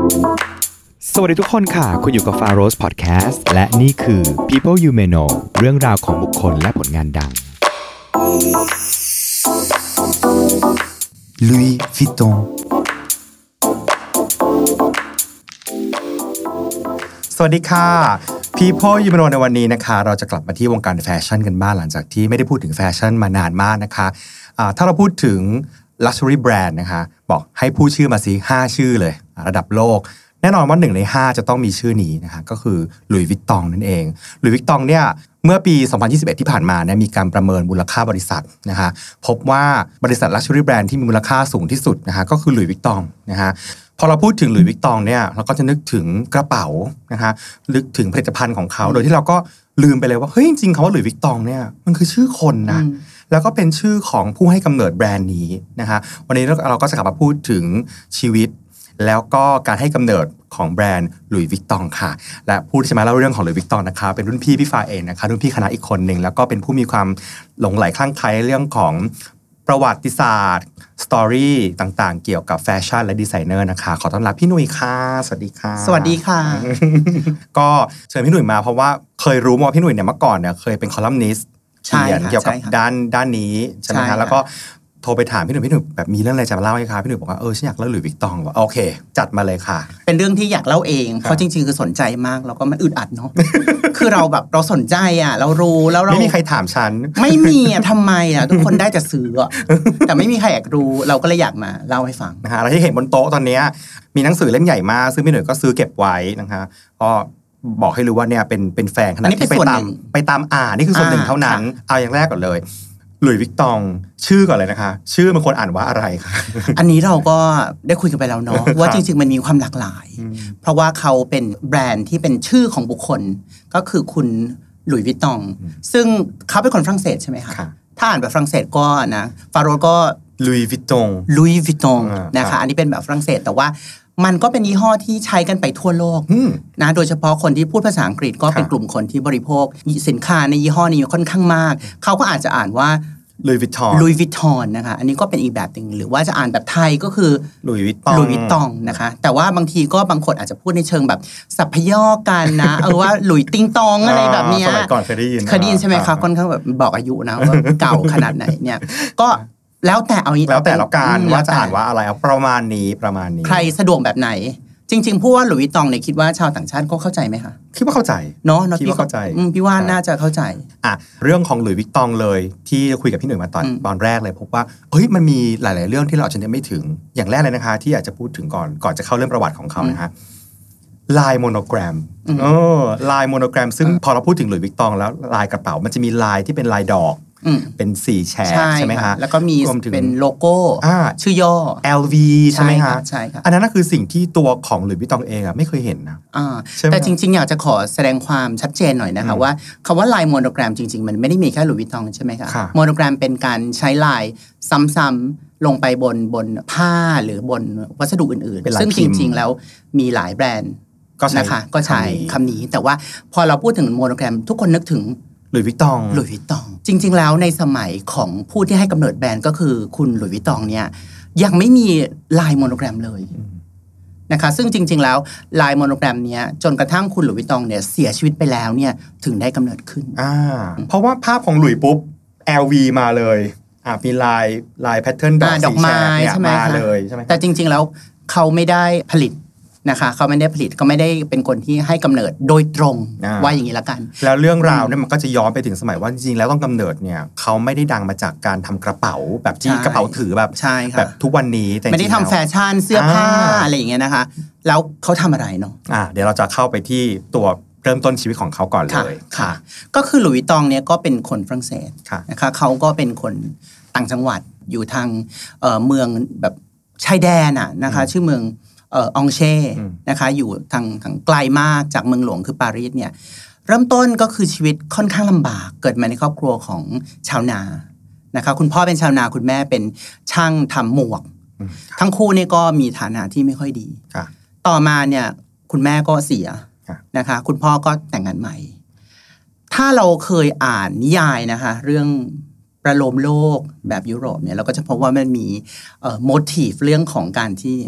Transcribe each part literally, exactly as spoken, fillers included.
สวัสดีทุกคนค่ะคุณอยู่กับ Faros Podcast และนี่คือ People You May Know เรื่องราวของบุคคลและผลงานดัง Louis Vuitton สวัสดีค่ะ People You May Know ในวันนี้นะคะเราจะกลับมาที่วงการแฟชั่นกันบ้างหลังจากที่ไม่ได้พูดถึงแฟชั่นมานานมากนะคะะถ้าเราพูดถึง Luxury Brand นะคะบอกให้พูดชื่อมาสิห้าชื่อเลยระดับโลกแน่นอนว่าหนึ่งในห้าจะต้องมีชื่อนี้นะคะก็คือหลุยส์วิตตองนั่นเองหลุยส์วิตตองเนี่ยเมื่อปีสองพันยี่สิบเอ็ดที่ผ่านมาเนี่ยมีการประเมินมูลค่าบริษัทนะคะพบว่าบริษัท Luxury Brand ที่มีมูลค่าสูงที่สุดนะคะก็คือหลุยส์วิตตองนะคะพอเราพูดถึงหลุยส์วิตตองเนี่ยเราก็จะนึกถึงกระเป๋านะคะนึกถึงผลิตภัณฑ์ของเขาโดยที่เราก็ลืมไปเลยว่าเฮ้ยจริงๆคำว่าหลุยส์วิตตองเนี่ยมันคือชื่อคนนะแล้วก็เป็นชื่อของผู้ให้กำเนิดแบรนด์นี้นะคะวันนี้เราก็จะกลับมาพูดถึงชีวิตแล้วก็การให้กำเนิดของแบรนด์หลุยส์วิตตองค่ะและผู้ที่จะมาเล่าเรื่องของหลุยส์วิตตองนะคะเป็นรุ่นพี่พี่ฟ้าเองนะคะรุ่นพี่คณะอีกคนหนึ่งแล้วก็เป็นผู้มีความหลงใหลคลั่งไคล้เรื่องของประวัติศาสตร์สตอรี่ต่างๆเกี่ยวกับแฟชั่นและดีไซเนอร์นะคะขอต้อนรับพี่หนุ่ยค่ะสวัสดีค่ะสวัสดีค่ะก็เชิญพี่หนุ่ยมาเพราะว่าเคยรู้มาว่าพี่หนุ่ยเนี่ยเมื่อก่อนเนี่ยเคยเป็นคอลัมนิสต์เขียนเกี่ยวกับด้านด้านนี้ใช่ไหมคะแล้วก็โทรไปถามพี่หนุ่ยพี่หนุ่ยแบบมีเรื่องอะไรจะมาเล่าให้คะพี่หนุ่ยบอกว่าเออฉันอยากเล่าหลุยส์วิตตองว่าโอเคจัดมาเลยค่ะเป็นเรื่องที่อยากเล่าเองเพราะจริงๆคือสนใจมากแล้วก็มันอึดอัดเนาะ คือเราแบบเราสนใจอ่ะเรารู้แล้วเราไม่มีใครถามฉันไม่มีอ่ะทำไมอ่ะทุกคนได้จะซื้ออ่ะ แต่ไม่มีใครอยากรู้เราก็เลยอยากมาเล่าให้ฟังนะคะแล้วที่เห็นบนโต๊ะตอนนี้มีหนังสือเล่มใหญ่มากซึ่งพี่หนุ่ยก็ซื้อเก็บไว้นะคะก็บอกให้รู้ว่าเนี่ยเป็นเป็นแฟนขนาดที่ไปตามไปตามอ่านนี่คือส่วนหนึ่งเท่านั้นเอาอย่างแรกก่อนเลยหลุยส์วิตตองชื่อก่อนเลยนะคะชื่อมันควรอ่านว่าอะไรคะอันนี้เราก็ได้คุยกันไปแล้วเนาะ ว่าจริงๆมันมีความหลากหลายเพราะว่าเขาเป็นแบรนด์ที่เป็นชื่อของบุคคลก็คือคุณหลุยส์วิตตองซึ่งเขาเป็นคนฝรั่งเศสใช่ไหมคะถ้าอ่านแบบฝรั่งเศสก็นะฟาโรห์ก็ลุยส์วิตตองลุยส์วิตตองนะคะอันนี้เป็นแบบฝรั่งเศสแต่ว่ามันก็เป็นยี่ห้อที่ใช้กันไปทั่วโลกนะโดยเฉพาะคนที่พูดภาษาอังกฤษก็เป็นกลุ่มคนที่บริโภคสินค้าในยี่ห้อนี้ค่อนข้างมากเขาก็อาจจะอ่านว่าลุยส์วิตตองลุยส์วิตตองนะคะอันนี้ก็เป็นอีกแบบนึงหรือว่าจะอ่านแบบไทยก็คือลุยส์วิตตองลุยส์วิตตองนะคะแต่ว่าบางทีก็บางคนอาจจะพูดในเชิงแบบสัพย่อกันนะเออว่าหลุยส์ติงตองอะไรแบบนี้สมัยก่อนเคยได้ยินเคยได้ยินใช่ไหมคะค่อนข้างแบบบอกอายุนะว่าเก่าขนาดไหนเนี่ยก็แล้วแต่เอาแล้วแต่ละการว่าจะอ่านว่าอะไรเอาประมาณนี้ประมาณนี้ใครสะดวกแบบไหนจริงๆพูดว่าหลุยส์วิตตองเนี่ยคิดว่าชาวต่างชาติก็เข้าใจไหมคะคิดว่าเข้าใจเนาะคิดว่าเข้าใจพี่ว่าน่าจะเข้าใจอ่ะเรื่องของหลุยส์วิตตองเลยที่คุยกับพี่หนุ่ยมาตอนตอนแรกเลยพบว่าเฮ้ยมันมีหลายๆเรื่องที่เราอาจจะไม่ถึงอย่างแรกเลยนะคะที่อยากจะพูดถึงก่อนก่อนจะเข้าเรื่องประวัติของเขานะคะลายโมโนแกรมเออลายโมโนแกรมซึ่งพอเราพูดถึงหลุยส์วิตตองแล้วลายกระเป๋ามันจะมีลายที่เป็นลายดอกเป็นสี่แฉกใช่ไหมคะแล้วก็มีเป็นโลโก้ชื่อย่อแอล วี ใช่ไหมคะใช่ค่ะอันนั้นก็คือสิ่งที่ตัวของหลุยส์วิตตองเองอ่ะไม่เคยเห็นนะแต่จริงๆอยากจะขอแสดงความชัดเจนหน่อยนะคะว่าคำว่าลายโมโนแกรมจริงๆมันไม่ได้มีแค่หลุยส์วิตตองใช่ไหมคะโมโนแกรมเป็นการใช้ลายซ้ำๆลงไปบนบนผ้าหรือบนวัสดุอื่นๆซึ่งจริงๆแล้วมีหลายแบรนด์นะคะก็ใช้คำนี้แต่ว่าพอเราพูดถึงโมโนแกรมทุกคนนึกถึงหลุยส์วิตตองหลุยส์วิตตองจริงๆแล้วในสมัยของผู้ที่ให้กำเนิดแบรนด์ก็คือคุณหลุยส์วิตตองเนี่ยยังไม่มีลายโมโนแกรมเลยนะคะซึ่งจริงๆแล้วลายโมโนแกรมเนี้ยจนกระทั่งคุณหลุยส์วิตตองเนี่ยเสียชีวิตไปแล้วเนี่ยถึงได้กำเนิดขึ้นอ่าเพราะว่าภาพของหลุยส์ปุ๊บ แอล วี มาเลยอ่ามีลายลายแพทเทิร์นดอกสีแฉกเนี่ยมาเลยใช่ไหมแต่จริงๆแล้วเขาไม่ได้ผลิตนะคะเขาไม่ได้ผลิตก็ไม่ได้เป็นคนที่ให้กำเนิดโดยตรงว่าอย่างนี้ละกันแล้วเรื่องราวเนี่ยมันก็จะย้อนไปถึงสมัยว่าจริงๆแล้วต้องกำเนิดเนี่ยเขาไม่ได้ดังมาจากการทำกระเป๋าแบบที่กระเป๋าถือแบบแบบทุกวันนี้แต่ไม่ได้ทำแฟชั่นเสื้อผ้าอะไรอย่างเงี้ยนะคะแล้วเขาทำอะไรเนาะอ่าเดี๋ยวเราจะเข้าไปที่ตัวเริ่มต้นชีวิตของเขาก่อนเลยค่ะก็คือหลุยส์วิตตองเนี่ยก็เป็นคนฝรั่งเศสนะคะเขาก็เป็นคนต่างจังหวัดอยู่ทางเมืองแบบชายแดนอ่ะนะคะชื่อเมืองเอ่อองเช่นะคะอยู่ทางทางไกลมากจากเมืองหลวงคือปารีสเนี่ยเริ่มต้นก็คือชีวิตค่อนข้างลำบากเกิดมาในครอบครัวของชาวนานะคะคุณพ่อเป็นชาวนาคุณแม่เป็นช่างทำหมวกทั้งคู่นี่ก็มีฐานะที่ไม่ค่อยดีต่อมาเนี่ยคุณแม่ก็เสียนะคะคุณพ่อก็แต่งงานใหม่ถ้าเราเคยอ่านนิยายนะคะเรื่องประโลมโลกแบบยุโรปเนี่ยเราก็จะพบว่ามันมีเอ่อโมทีฟเรื่องของการที่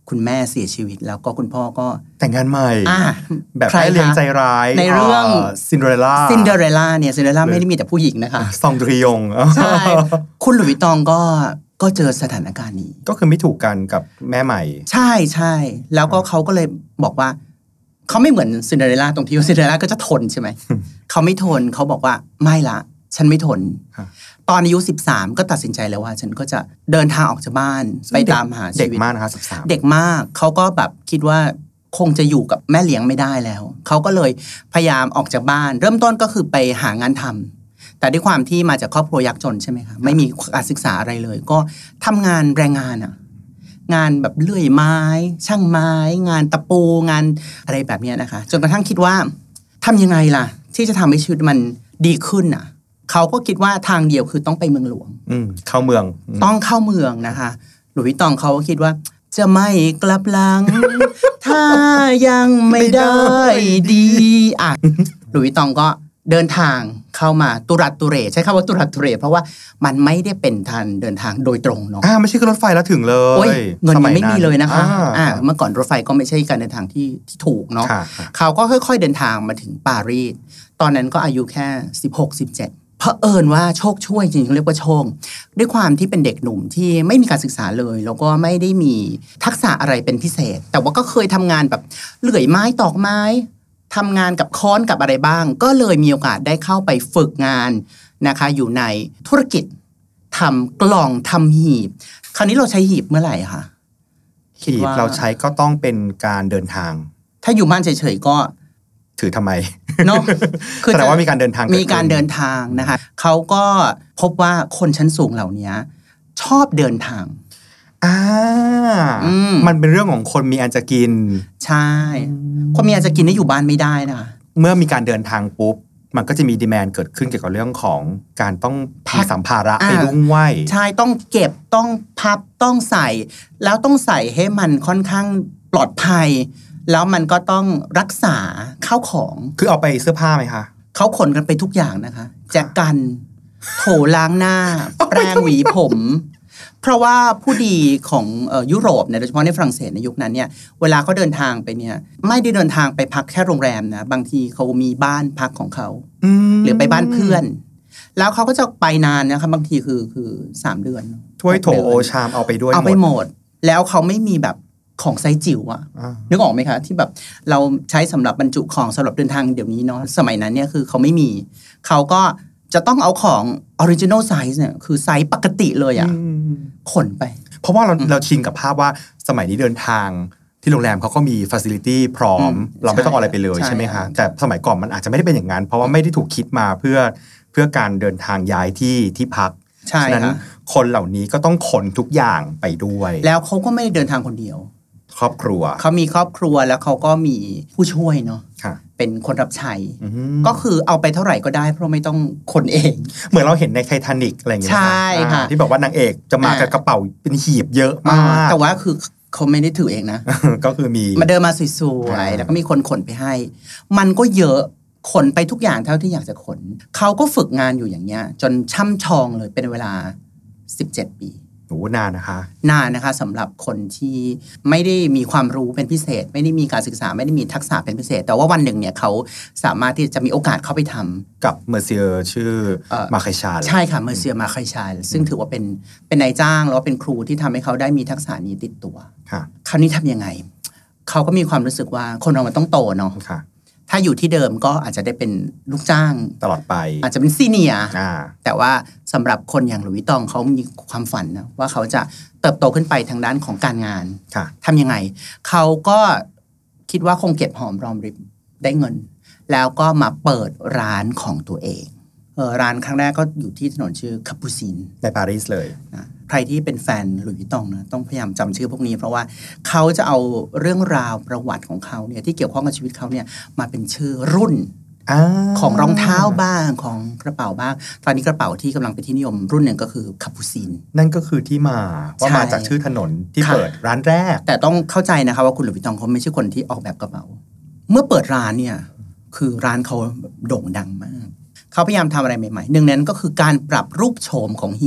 คุณแม่เสียชีวิตแล้วก็คุณพ่อก็แต่งงานใหม่แบบใครเลี้ยงใจร้ายในเรื่องซินเดอเรลล่าซินเดอเรลล่าเนี่ยซินเดอเรลล่าไม่ได้มีแต่ผู้หญิงนะคะซองดริยงใช่คุณหลุยส์วิตตองก็ก็เจอสถานการณ์นี้ก็คือไม่ถูกกันกับแม่ใหม่ใช่ใช่แล้วก็เขาก็เลยบอกว่าเขาไม่เหมือนซินเดอเรลล่าตรงที่ซินเดอเรลล่าก็จะทนใช่ไหม เขาไม่ทนเขาบอกว่าไม่ละฉันไม่ทนตอนอายุสิบสามก็ตัดสินใจแล้วว่าฉันก็จะเดินทางออกจากบ้านไปตามหาชีวิตเด็กมากนะคะสิบสามเด็กมากเขาก็แบบคิดว่าคงจะอยู่กับแม่เลี้ยงไม่ได้แล้วเขาก็เลยพยายามออกจากบ้านเริ่มต้นก็คือไปหางานทำแต่ด้วยความที่มาจากครอบครัวยากจนใช่ไหมคะไม่มีการศึกษาอะไรเลยก็ทำงานแรงงานอะงานแบบเลื่อยไม้ช่างไม้งานตะปูงานอะไรแบบนี้นะคะจนกระทั่งคิดว่าทำยังไงล่ะที่จะทำให้ชีวิตมันดีขึ้นอ่ะเขาก็คิดว่าทางเดียวคือต้องไปเมืองหลวงอืมเข้าเมืองต้องเข้าเมืองนะคะหลุยส์วิตตองเขาก็คิดว่าจะไม่กลับหลัง ถ้ายังไม่ได้ดีอ่ะหลุยส์วิตตองก็เดินทางเข้ามาตุรัสตุเรใช้คำว่าตุรัสตุเรเพราะว่ามันไม่ได้เป็นทางเดินทางโดยตรงเนาะอ่าไม่ใช่รถไฟแล้วถึงเลยเงินยังไม่มีเลยนะคะอ่าเมื่อก่อนรถไฟก็ไม่ใช่การเดินทางที่ที่ถูกเนาะเขาก็ค่อยๆเดินทางมาถึงปารีสตอนนั้นก็อายุแค่สิบหก สิบเจ็ดเผอิญว่าโชคช่วยจริงๆเรียกว่าโชคด้วยความที่เป็นเด็กหนุ่มที่ไม่มีการศึกษาเลยแล้วก็ไม่ได้มีทักษะอะไรเป็นพิเศษแต่ว่าก็เคยทำงานแบบเลื่อยไม้ตอกไม้ทำงานกับค้อนกับอะไรบ้างก็เลยมีโอกาสได้เข้าไปฝึกงานนะคะอยู่ในธุรกิจทำกล่องทำหีบคราวนี้เราใช้หีบเมื่อไหร่คะหีบเราใช้ก็ต้องเป็นการเดินทางถ้าอยู่บ้านเฉยๆก็ถือทำไมเนาะคือแต่ว่ามีการเดินทางมีการเดินทางนะคะเขาก็พบว่าคนชั้นสูงเหล่านี้ชอบเดินทางอ่ามันเป็นเรื่องของคนมีอันจะกินใช่คนมีอันจะกินนี่อยู่บ้านไม่ได้นะเมื่อมีการเดินทางปุ๊บมันก็จะมีดีแมนด์เกิดขึ้นเกี่ยวกับเรื่องของการต้องพาสัมภาระไปรุ่งไหวใช่ต้องเก็บต้องพับต้องใส่แล้วต้องใส่ให้มันค่อนข้างปลอดภัยแล้วมันก็ต้องรักษาข้าวของคือเอาไปเสื้อผ้าไหมคะเขาขนกันไปทุกอย่างนะคะแจกันโถล้างหน้าแปรงหวีผมเพราะว่าผู้ดีของเอ่อยุโรปเนี่ยโดยเฉพาะในฝรั่งเศสในยุคนั้นเนี่ยเวลาเขาเดินทางไปเนี่ยไม่ได้เดินทางไปพักแค่โรงแรมนะบางทีเขามีบ้านพักของเขาหรือไปบ้านเพื่อนแล้วเขาก็จะไปนานนะคะบางทีคือคือสามเดือนถ้วยโถโอชามเอาไปด้วยเอาไปหมดแล้วเขาไม่มีแบบของไซส์จิ๋วอะนึกออกไหมคะที่แบบเราใช้สำหรับบรรจุของสำหรับเดินทางเดี๋ยวนี้เนาะสมัยนั้นเนี่ยคือเขาไม่มีเขาก็จะต้องเอาของ original size เนี่ยคือไซส์ปกติเลยอะขนไปเพราะว่าเราเราชินกับภาพว่าสมัยนี้เดินทางที่โรงแรมเขาก็มี facility พร้อมเราไม่ต้องเอาอะไรไปเลยใช่ไหมคะแต่สมัยก่อนมันอาจจะไม่ได้เป็นอย่างนั้นเพราะว่าไม่ได้ถูกคิดมาเพื่อเพื่อการเดินทางย้ายที่ที่พักฉะนั้นคนเหล่านี้ก็ต้องขนทุกอย่างไปด้วยแล้วเขาก็ไม่ได้เดินทางคนเดียวครอบครัวเขามีครอบครัวแล้วเขาก็มีผู้ช่วยเนาะเป็นคนรับใช้ก็คือเอาไปเท่าไหร่ก็ได้เพราะไม่ต้องคนเองเหมือนเราเห็นในไททานิกอะไรอย่างเงี้ยใช่ค่ะที่บอกว่านางเอกจะมากับกระเป๋าเป็นหีบเยอะมากแต่ว่าคือเขาไม่ได้ถือเองนะก็คือมีมาเดินมาสวยๆแล้วก็มีคนขนไปให้มันก็เยอะขนไปทุกอย่างเท่าที่อยากจะขนเขาก็ฝึกงานอยู่อย่างเงี้ยจนช่ำชองเลยเป็นเวลาสิบเจ็ดปีโอ้นานนะคะนานนะคะสำหรับคนที่ไม่ได้มีความรู้เป็นพิเศษไม่ได้มีการศึกษาไม่ได้มีทักษะเป็นพิเศษแต่ว่าวันหนึ่งเนี่ยเขาสามารถที่จะมีโอกาสเข้าไปทำกับเมอร์เซียร์ชื่อมาคายชาลใช่ค่ะเมอร์เซียร์มาคายชาลซึ่งถือว่าเป็นเป็นนายจ้างแล้วเป็นครูที่ทำให้เขาได้มีทักษะนี้ติดตัวคราวนี้ทำยังไงเขาก็มีความรู้สึกว่าคนเรามันต้องโตเนาะถ้าอยู่ที่เดิมก็อาจจะได้เป็นลูกจ้างตลอดไปอาจจะเป็นซีเนียร์แต่ว่าสำหรับคนอย่างหลุยส์วิตตองเขามีความฝันนะว่าเขาจะเติบโตขึ้นไปทางด้านของการงานทำยังไงเขาก็คิดว่าคงเก็บหอมรอมริบได้เงินแล้วก็มาเปิดร้านของตัวเองเออร้านครั้งแรกก็อยู่ที่ถนนชื่อคาปูซินในปารีสเลยนะใครที่เป็นแฟนหลุยส์วิตตองนะต้องพยายามจำชื่อพวกนี้เพราะว่าเขาจะเอาเรื่องราวประวัติของเขาเนี่ยที่เกี่ยวข้องกับชีวิตเขาเนี่ยมาเป็นชื่อรุ่นของรองเท้าบ้างของกระเป๋าบ้างตอนนี้กระเป๋าที่กำลังเป็นที่นิยมรุ่นหนึ่งก็คือคาปูซินนั่นก็คือที่มาว่ามาจากชื่อถนนที่เปิดร้านแรกแต่ต้องเข้าใจนะคะว่าคุณหลุยส์วิตตองเขาไม่ใช่คนที่ออกแบบกระเป๋าเมื่อเปิดร้านเนี่ยคือร้านเขาโด่งดังมากเขาพยายามทำอะไรใหม่ๆหนึ่งนั้นก็คือการปรับรูปโฉมของหีบ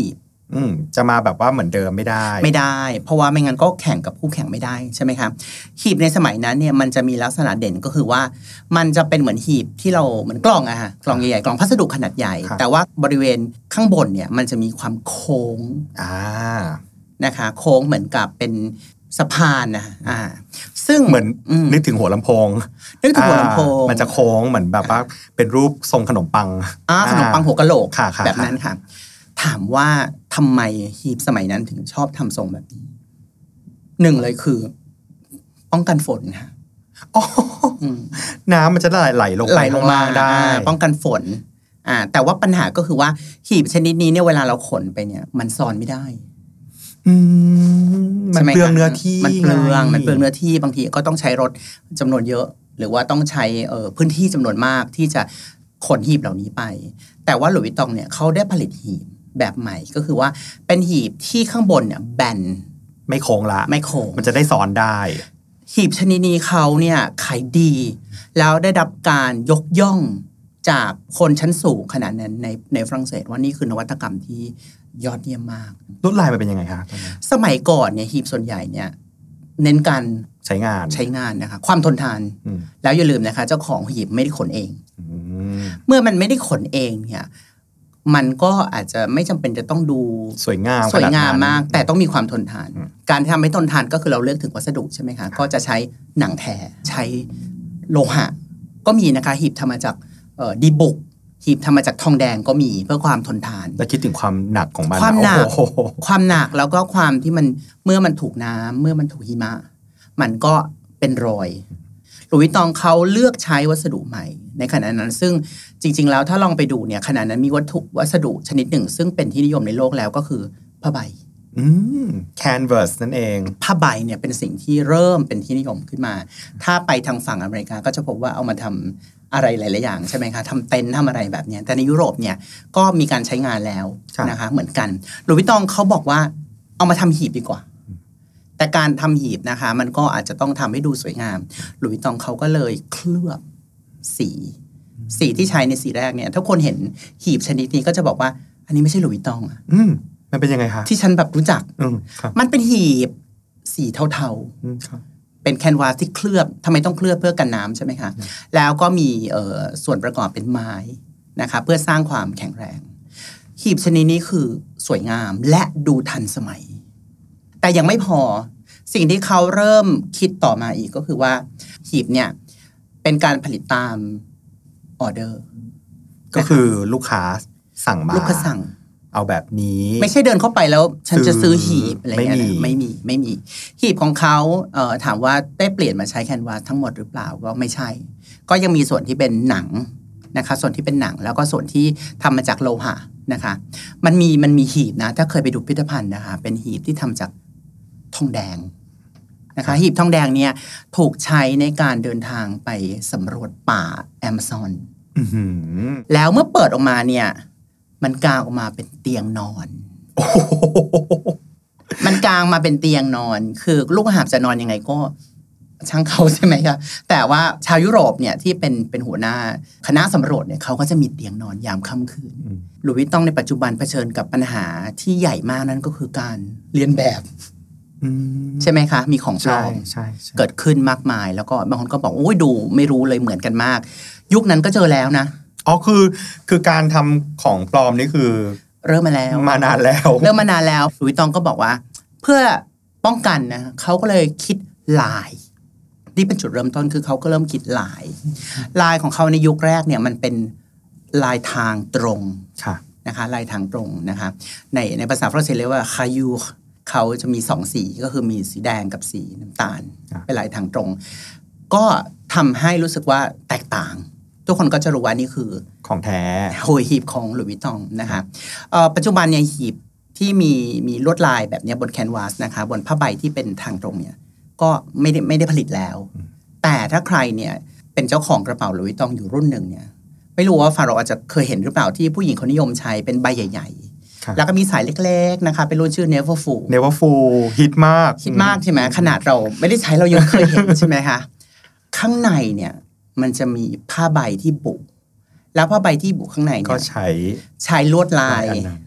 อืมจะมาแบบว่าเหมือนเดิมไม่ได้ไม่ได้เพราะว่าไม่งั้นก็แข่งกับคู่แข่งไม่ได้ใช่ไหมครับหีบในสมัยนั้นเนี่ยมันจะมีลักษณะเด่นก็คือว่ามันจะเป็นเหมือนหีบที่เราเหมือนกล่องอะฮะกล่องใหญ่ๆกล่องพัสดุขนาดใหญ่แต่ว่าบริเวณข้างบนเนี่ยมันจะมีความโค้งอ่านะคะโค้งเหมือนกับเป็นสะพานนะอ่าซึ่งเหมือนนึกถึงหัวลำโพงนึกถึงหัวลำโพงมันจะโค้งเหมือนแบบว่าเป็นรูปทรงขนมปังอ่าขนมปังหัวกะโหลกแบบนั้นค่ะถามว่าทำไมหีบสมัยนั้นถึงชอบทำทรงแบบนี้หนึ่งเลยคือป้องกันฝนค่ะน้ำมันจะไหลไหลลงไหลลงมาได้ป้องกันฝนอ่าแต่ว่าปัญหาก็คือว่าหีบชนิดนี้เนี่ยเวลาเราขนไปเนี่ยมันซ่อนไม่ได้มันเปลืองเนื้อที่มันเปลืองมันเปลืองเนื้อที่บางทีก็ต้องใช้รถจำนวนเยอะหรือว่าต้องใช้เอ่อพื้นที่จำนวนมากที่จะขนหีบเหล่านี้ไปแต่ว่าหลุยส์วิตตองเนี่ยเขาได้ผลิตหีบแบบใหม่ก็คือว่าเป็นหีบที่ข้างบนเนี่ยแบนไม่โค้งละไม่โค้งมันจะได้ซ้อนได้หีบชนิดนี้เขาเนี่ยขายดีแล้วได้รับการยกย่องจากคนชั้นสูงขนาดนั้นในในฝรั่งเศสว่านี่คือนวัตกรรมที่ยอดเยี่ยมมากลวดลายมันเป็นยังไงคะสมัยก่อนเนี่ยหีบส่วนใหญ่เนี่ยเน้นการใช้งานใช้งานนะคะความทนทานแล้วอย่าลืมนะคะเจ้าของหีบไม่ได้ขนเองเมื่อมันไม่ได้ขนเองเนี่ยมันก็อาจจะไม่จำเป็นจะต้องดูสวยงามสวยงามมากแต่ต้องมีความทนทานการทำให้ทนทานก็คือเราเลือกถึงวัสดุใช่ไหมคะก็จะใช้หนังแท้ใช้โลหะก็มีนะคะหีบทำมาจากดีบุกหีบทำมาจากทองแดงก็มีเพื่อความทนทานแล้วคิดถึงความหนักของมันความหนักความหนักแล้วก็ความที่มันเมื่อมันถูกน้ำเมื่อมันถูกหิมะมันก็เป็นรอยหลุยส์วิตตองเขาเลือกใช้วัสดุใหม่ในขณะนั้นซึ่งจริงๆแล้วถ้าลองไปดูเนี่ยขณะนั้นมีวัตถุวัสดุชนิดหนึ่งซึ่งเป็นที่นิยมในโลกแล้วก็คือผ้าใบอืม canvas นั่นเองผ้าใบเนี่ยเป็นสิ่งที่เริ่มเป็นที่นิยมขึ้นมาถ้าไปทางฝั่งอเมริกาก็จะพบว่าเอามาทำอะไรหลายๆอย่างใช่ไหมคะทำเต็นท์ทำอะไรแบบนี้แต่ในยุโรปเนี่ยก็มีการใช้งานแล้วนะคะเหมือนกันหลุยส์วิตตองเขาบอกว่าเอามาทำหีบดีกว่าแต่การทำหีบนะคะมันก็อาจจะต้องทำให้ดูสวยงามหลุยส์วิตตองเขาก็เลยเคลือบสีสีที่ใช้ในสีแรกเนี่ยถ้าคนเห็นหีบชนิดนี้ก็จะบอกว่าอันนี้ไม่ใช่หลุยส์วิตตองอ่ะอืมมันเป็นยังไงคะที่ฉันแบบรู้จักมันเป็นหีบสีเทาๆเป็นแคนวาสที่เคลือบทำไมต้องเคลือบเพื่อกันน้ำใช่ไหมคะแล้วก็มีเอ่อส่วนประกอบเป็นไม้นะคะเพื่อสร้างความแข็งแรงหีบชนิดนี้คือสวยงามและดูทันสมัยแต่ยังไม่พอสิ่งที่เขาเริ่มคิดต่อมาอีกก็คือว่าหีบเนี่ยเป็นการผลิตตามออเดอร์ก็คือลูกค้าสั่งมาลูกค้าสั่งเอาแบบนี้ไม่ใช่เดินเข้าไปแล้วฉันจะซื้อหีบอะไรอย่างเงี้ยไม่มีไม่มีหีบของเขาเอ่อถามว่าได้เปลี่ยนมาใช้แคนวาสทั้งหมดหรือเปล่าก็ไม่ใช่ก็ยังมีส่วนที่เป็นหนังนะคะส่วนที่เป็นหนังแล้วก็ส่วนที่ทำมาจากโลหะนะคะมันมีมันมีหีบนะถ้าเคยไปดูพิพิธภัณฑ์นะคะเป็นหีบที่ทำจากทองแดงนะคะหีบทองแดงเนี่ยถูกใช้ในการเดินทางไปสำรวจป่าแอมะซอนแล้วเมื่อเปิดออกมาเนี่ยมันกางออกมาเป็นเตียงนอนมันกางมาเป็นเตียงนอนคือลูกหาบจะนอนยังไงก็ช่างเขาใช่ไหมคะแต่ว่าชาวยุโรปเนี่ยที่เป็นเป็นหัวหน้าคณะสำรวจเนี่ยเขาก็จะมีเตียงนอนยามค่ำคืนหลุยส์วิตตองในปัจจุบันเผชิญกับปัญหาที่ใหญ่มากนั่นก็คือการเลียนแบบใช่ไหมคะมีของปลอมเกิดขึ้นมากมายแล้วก็บางคนก็บอกโอ้ยดูไม่รู้เลยเหมือนกันมากยุคนั้นก็เจอแล้วนะอ๋อคือคือการทำของปลอมนี่คือเริ่มมาแล้วมานานแล้วเริ่มมานานแล้วหลุยส์วิตตองก็บอกว่าเพื่อป้องกันนะเขาก็เลยคิดลายที่เป็นจุดเริ่มต้นคือเขาก็เริ่มคิดลายลายของเขาในยุคแรกเนี่ยมันเป็นลายทางตรงนะคะลายทางตรงนะคะในในภาษาฝรั่งเศสเรียกว่าคายูเขาจะมีสองสีก็คือมีสีแดงกับสีน้ำตาลเป็นลายทางตรงก็ทำให้รู้สึกว่าแตกต่างทุกคนก็จะรู้ว่านี่คือของแท้โฮยหีบของหลุยส์วิตตองนะคะปัจจุบันเนี่ยหีบที่มีมีลวดลายแบบนี้บนแคนวาสนะคะบนผ้าใบที่เป็นทางตรงเนี่ยก็ไม่ได้ไม่ได้ผลิตแล้วแต่ถ้าใครเนี่ยเป็นเจ้าของกระเป๋าหลุยส์วิตตองอยู่รุ่นหนึ่งเนี่ยไม่รู้ว่าฟาโรห์อาจจะเคยเห็นหรือเปล่าที่ผู้หญิงเขานิยมใช้เป็นใบใหญ่ๆแล้วก็มีสายเล็กๆนะคะเป็นรุ่นชื่อ Never Full Never Full ฮิตมากฮิตมากใช่ไหมขนาดเราไม่ได้ใช้เรายังเคยเห็นใช่ไหมคะข้างในเนี่ยมันจะมีผ้าใบที่บุแล้วผ้าใบที่บุข้างในก็ใช้ใช้ลวดลาย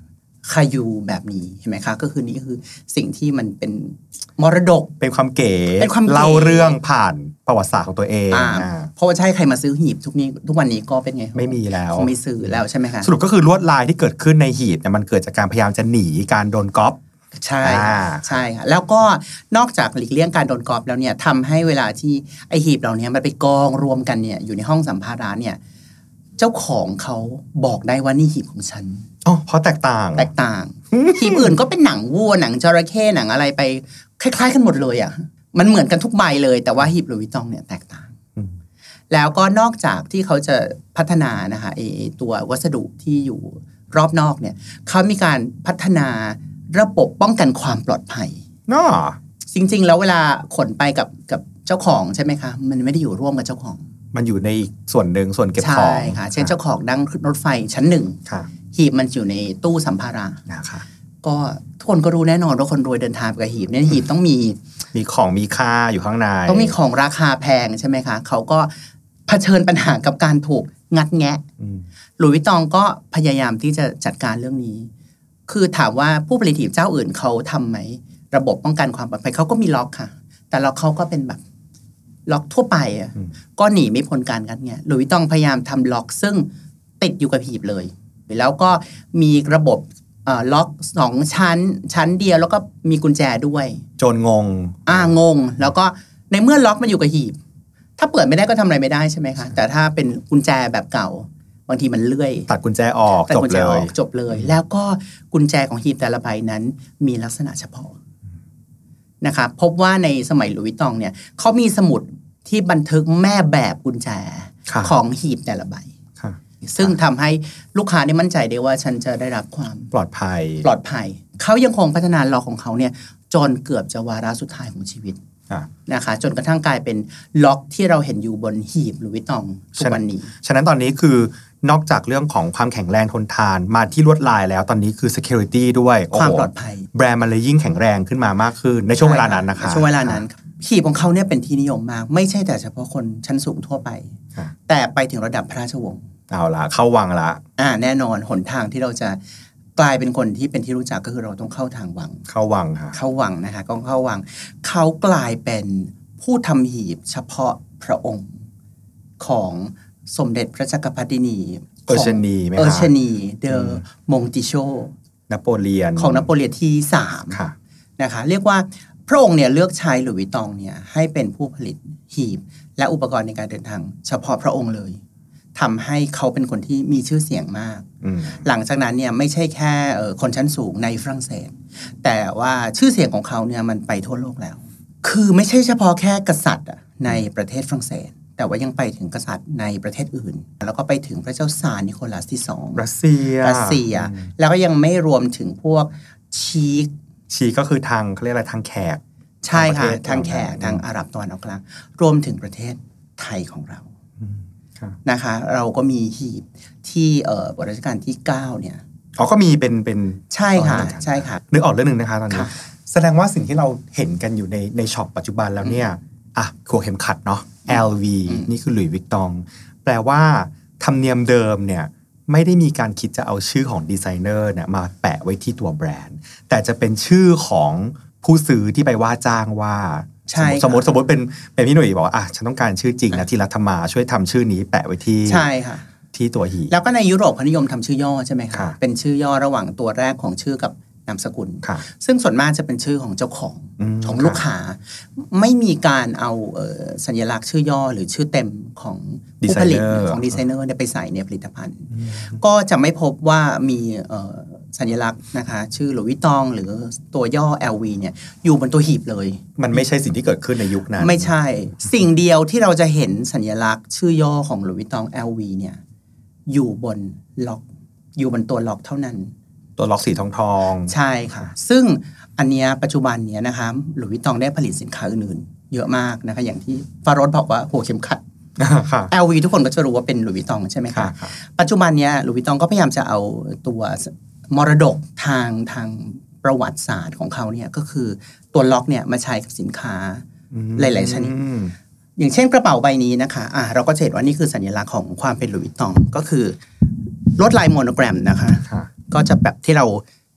คายูแบบนี้เห็นไหมคะก็คือนี่ก็คือสิ่งที่มันเป็นมรดกเป็นความเก๋เป็นความเก๋เล่าเรื่องผ่านประวัติศาสตร์ของตัวเองเพราะว่าใช่ใครมาซื้อหีบทุกนี้ทุกวันนี้ก็เป็นไงไม่มีแล้วคงไม่ซื้อแล้วใช่ไหมคะสรุปก็คือลวดลายที่เกิดขึ้นในหีบเนี่ยมันเกิดจากการพยายามจะหนีการโดนก๊อปใช่ใช่ค่ะแล้วก็นอกจากหลีกเลี่ยงการโดนก๊อปแล้วเนี่ยทำให้เวลาที่ไอหีบเหล่านี้มันไปกองรวมกันเนี่ยอยู่ในห้องสัมภาระเนี่ยเจ้าของเขาบอกได้ว่านี่หีบของฉันอ๋อเพราะแตกต่างแตกต่าง หีบอื่นก็เป็นหนังวัวหนังจระเข้หนังอะไรไปคล้ายๆกันหมดเลยอ่ะมันเหมือนกันทุกใบเลยแต่ว่าหีบหลุยส์วิตตองเนี่ยแตกต่างแล้วก็นอกจากที่เขาจะพัฒนานะคะไอตัววัสดุที่อยู่รอบนอกเนี่ยเขามีการพัฒนาระบบป้องกันความปลอดภัยเนาะจริงๆแล้วเวลาขนไปกับกับเจ้าของใช่ไหมคะมันไม่ได้อยู่ร่วมกับเจ้าของมันอยู่ในส่วนหนึ่งส่วนเก็บของใช่ค่ะเช่นเจ้าของนั่งรถไฟชั้นหนึ่งหีบมันอยู่ในตู้สัมภาระนะคะก็ทุกคนก็รู้แน่นอนว่าคนรวยเดินทางไปกับหีบเนี่ยหีบต้องมีมีของมีค่าอยู่ข้างในต้องมีของราคาแพงใช่ไหมคะเขาก็เผชิญปัญหากับการถูกงัดแงะหลุยส์วิตตองก็พยายามที่จะจัดการเรื่องนี้คือถามว่าผู้ผลิตหีบเจ้าอื่นเขาทำไหมระบบป้องกันความปลอดภัยเขาก็มีล็อกค่ะแต่ล็อกเขาก็เป็นแบบล็อกทั่วไปอ่ะก็หนีไม่พ้นการงัดแงะหลุยส์วิตตองพยายามทำล็อกซึ่งติดอยู่กับหีบเลยแล้วก็มีระบบล็อกสองชั้นชั้นเดียวแล้วก็มีกุญแจด้วยโจรงงอ่างงแล้วก็ในเมื่อล็อกมันอยู่กับหีบถ้าเปิดไม่ได้ก็ทำอะไรไม่ได้ใช่ไหมคะแต่ถ้าเป็นกุญแจแบบเก่าบางทีมันเลื่อยตัดกุญแจออกจบเลยจบเลยแล้วก็กุญแจของหีบแต่ละใบนั้นมีลักษณะเฉพาะนะคะพบว่าในสมัยหลุยส์วิตตองเนี่ยเขามีสมุดที่บันทึกแม่แบบกุญแจของหีบแต่ละใบซึ่งทำให้ลูกค้าได้มั่นใจได้ว่าฉันจะได้รับความปลอดภัยปลอดภัยเขายังคงพัฒนาล็อกของเขาเนี่ยจนเกือบจะวาระสุดท้ายของชีวิตนะคะจนกระทั่งกลายเป็นล็อกที่เราเห็นอยู่บนหีบหลุยส์วิตตองทุกวันนี้ฉะนั้นตอนนี้คือนอกจากเรื่องของความแข็งแรงทนทานมาที่ลวดลายแล้วตอนนี้คือ security ด้วยความปลอดภัยแบรนด์มันเลยยิ่งแข็งแรงขึ้นมามากขึ้นในช่วงเวลานั้นนะคะช่วงเวลานั้นหีบของเขาเนี่ยเป็นที่นิยมมากไม่ใช่แต่เฉพาะคนชั้นสูงทั่วไปแต่ไปถึงระดับพระราชวงศ์เอาละเข้าวังละอ่าแน่นอนหนทางที่เราจะกลายเป็นคนที่เป็นที่รู้จักก็คือเราต้องเข้าทางวังเข้าวังค่ะเข้าวังนะคะก็เข้าวังเขากลายเป็นผู้ทำหีบเฉพาะพระองค์ของสมเด็จพระจักรพรรดินีเออร์ชนีไหมคะเออร์ชนีเดอมงติโชนโปเลียนของนโปเลียนที่สามนะคะเรียกว่าพระองค์เนี่ยเลือกใช้หลุยส์วิตตองเนี่ยให้เป็นผู้ผลิตหีบและอุปกรณ์ในการเดินทางเฉพาะพระองค์เลยทำให้เขาเป็นคนที่มีชื่อเสียงมากหลังจากนั้นเนี่ยไม่ใช่แค่คนชั้นสูงในฝรั่งเศสแต่ว่าชื่อเสียงของเขาเนี่ยมันไปทั่วโลกแล้วคือไม่ใช่เฉพาะแค่กษัตริย์ในประเทศฝรั่งเศสแต่ว่ายังไปถึงกษัตริย์ในประเทศอื่นแล้วก็ไปถึงพระเจ้าซาร์นิโคลัสที่สองรัสเซียรัสเซียแล้วก็ยังไม่รวมถึงพวกชีกชีก็คือทางเขาเรียกอะไรทางแขกใช่ค่ะทางแขกทางอาหรับตะวันออกกลางรวมถึงประเทศไทยของเรานะคะเราก็มีหีบที่เอ่อรัชกาลที่เก้าเนี่ยอ๋อก็มีเป็นเป็นใช่ค่ะใช่ค่ะนึกออกเรื่องนึงนะคะตอนนี้แสดงว่าสิ่งที่เราเห็นกันอยู่ในในช็อปปัจจุบันแล้วเนี่ยอ่ะหัวเข็มขัดเนาะ แอล วี นี่คือหลุยส์วิตตองแปลว่าธรรมเนียมเดิมเนี่ยไม่ได้มีการคิดจะเอาชื่อของดีไซเนอร์เนี่ยมาแปะไว้ที่ตัวแบรนด์แต่จะเป็นชื่อของผู้ซื้อที่ไปว่าจ้างว่าสมมติสมมติเป็นเป็นพี่หนุ่ยบอกว่าอ่ะฉันต้องการชื่อจริงนะที่รัฐมาช่วยทำชื่อนี้แปะไว้ที่ใช่ค่ะที่ตัวหีบแล้วก็ในยุโรปเขานิยมทำชื่อย่อใช่ไหมคะเป็นชื่อย่อระหว่างตัวแรกของชื่อกับนามสกุลซึ่งส่วนมากจะเป็นชื่อของเจ้าของของลูกค้าไม่มีการเอาสัญลักษณ์ชื่อย่อหรือชื่อเต็มของผู้ผลิตของดีไซเนอร์ไปใส่ในผลิตภัณฑ์ก็จะไม่พบว่ามีสัญลักษณ์นะคะชื่อหลุยส์วิตตองหรือตัวย่อ แอล วี เนี่ยอยู่บนตัวหีบเลยมันไม่ใช่สิ่งที่เกิดขึ้นในยุคนั้นไม่ใช่สิ่งเดียวที่เราจะเห็นสัญลักษณ์ชื่อย่อของหลุยส์วิตตอง แอล วี เนี่ยอยู่บนล็อกอยู่บนตัวล็อกเท่านั้นตัวล็อกสีทองทองใช่ค่ะซึ่งอันเนี้ยปัจจุบันเนี้ยนะคะหลุยส์วิตตองได้ผลิตสินค้าอื่นๆเยอะมากนะคะอย่างที่ฟาโรสบอกว่าหัวเข็มขัด แอล วี ทุกคนก็จะรู้ว่าเป็นหลุยส์วิตตองใช่ไหมคะปัจจุบันเนี้ยหลุยส์วิตตองก็พยายามจะเอาตัวมรดกทางทางประวัติศาสตร์ของเขาเนี่ยก็คือตัวล็อกเนี่ยมาใช้กับสินค้าหลายๆชนิดอย่างเช่นกระเป๋าใบนี้นะคะอ่ะเราก็จะเห็นว่านี่คือสัญลักษณ์ของความเป็นหลุยส์วิตตองก็คือลวดลายโมโนแกรมนะคะก็จะแบบที่เรา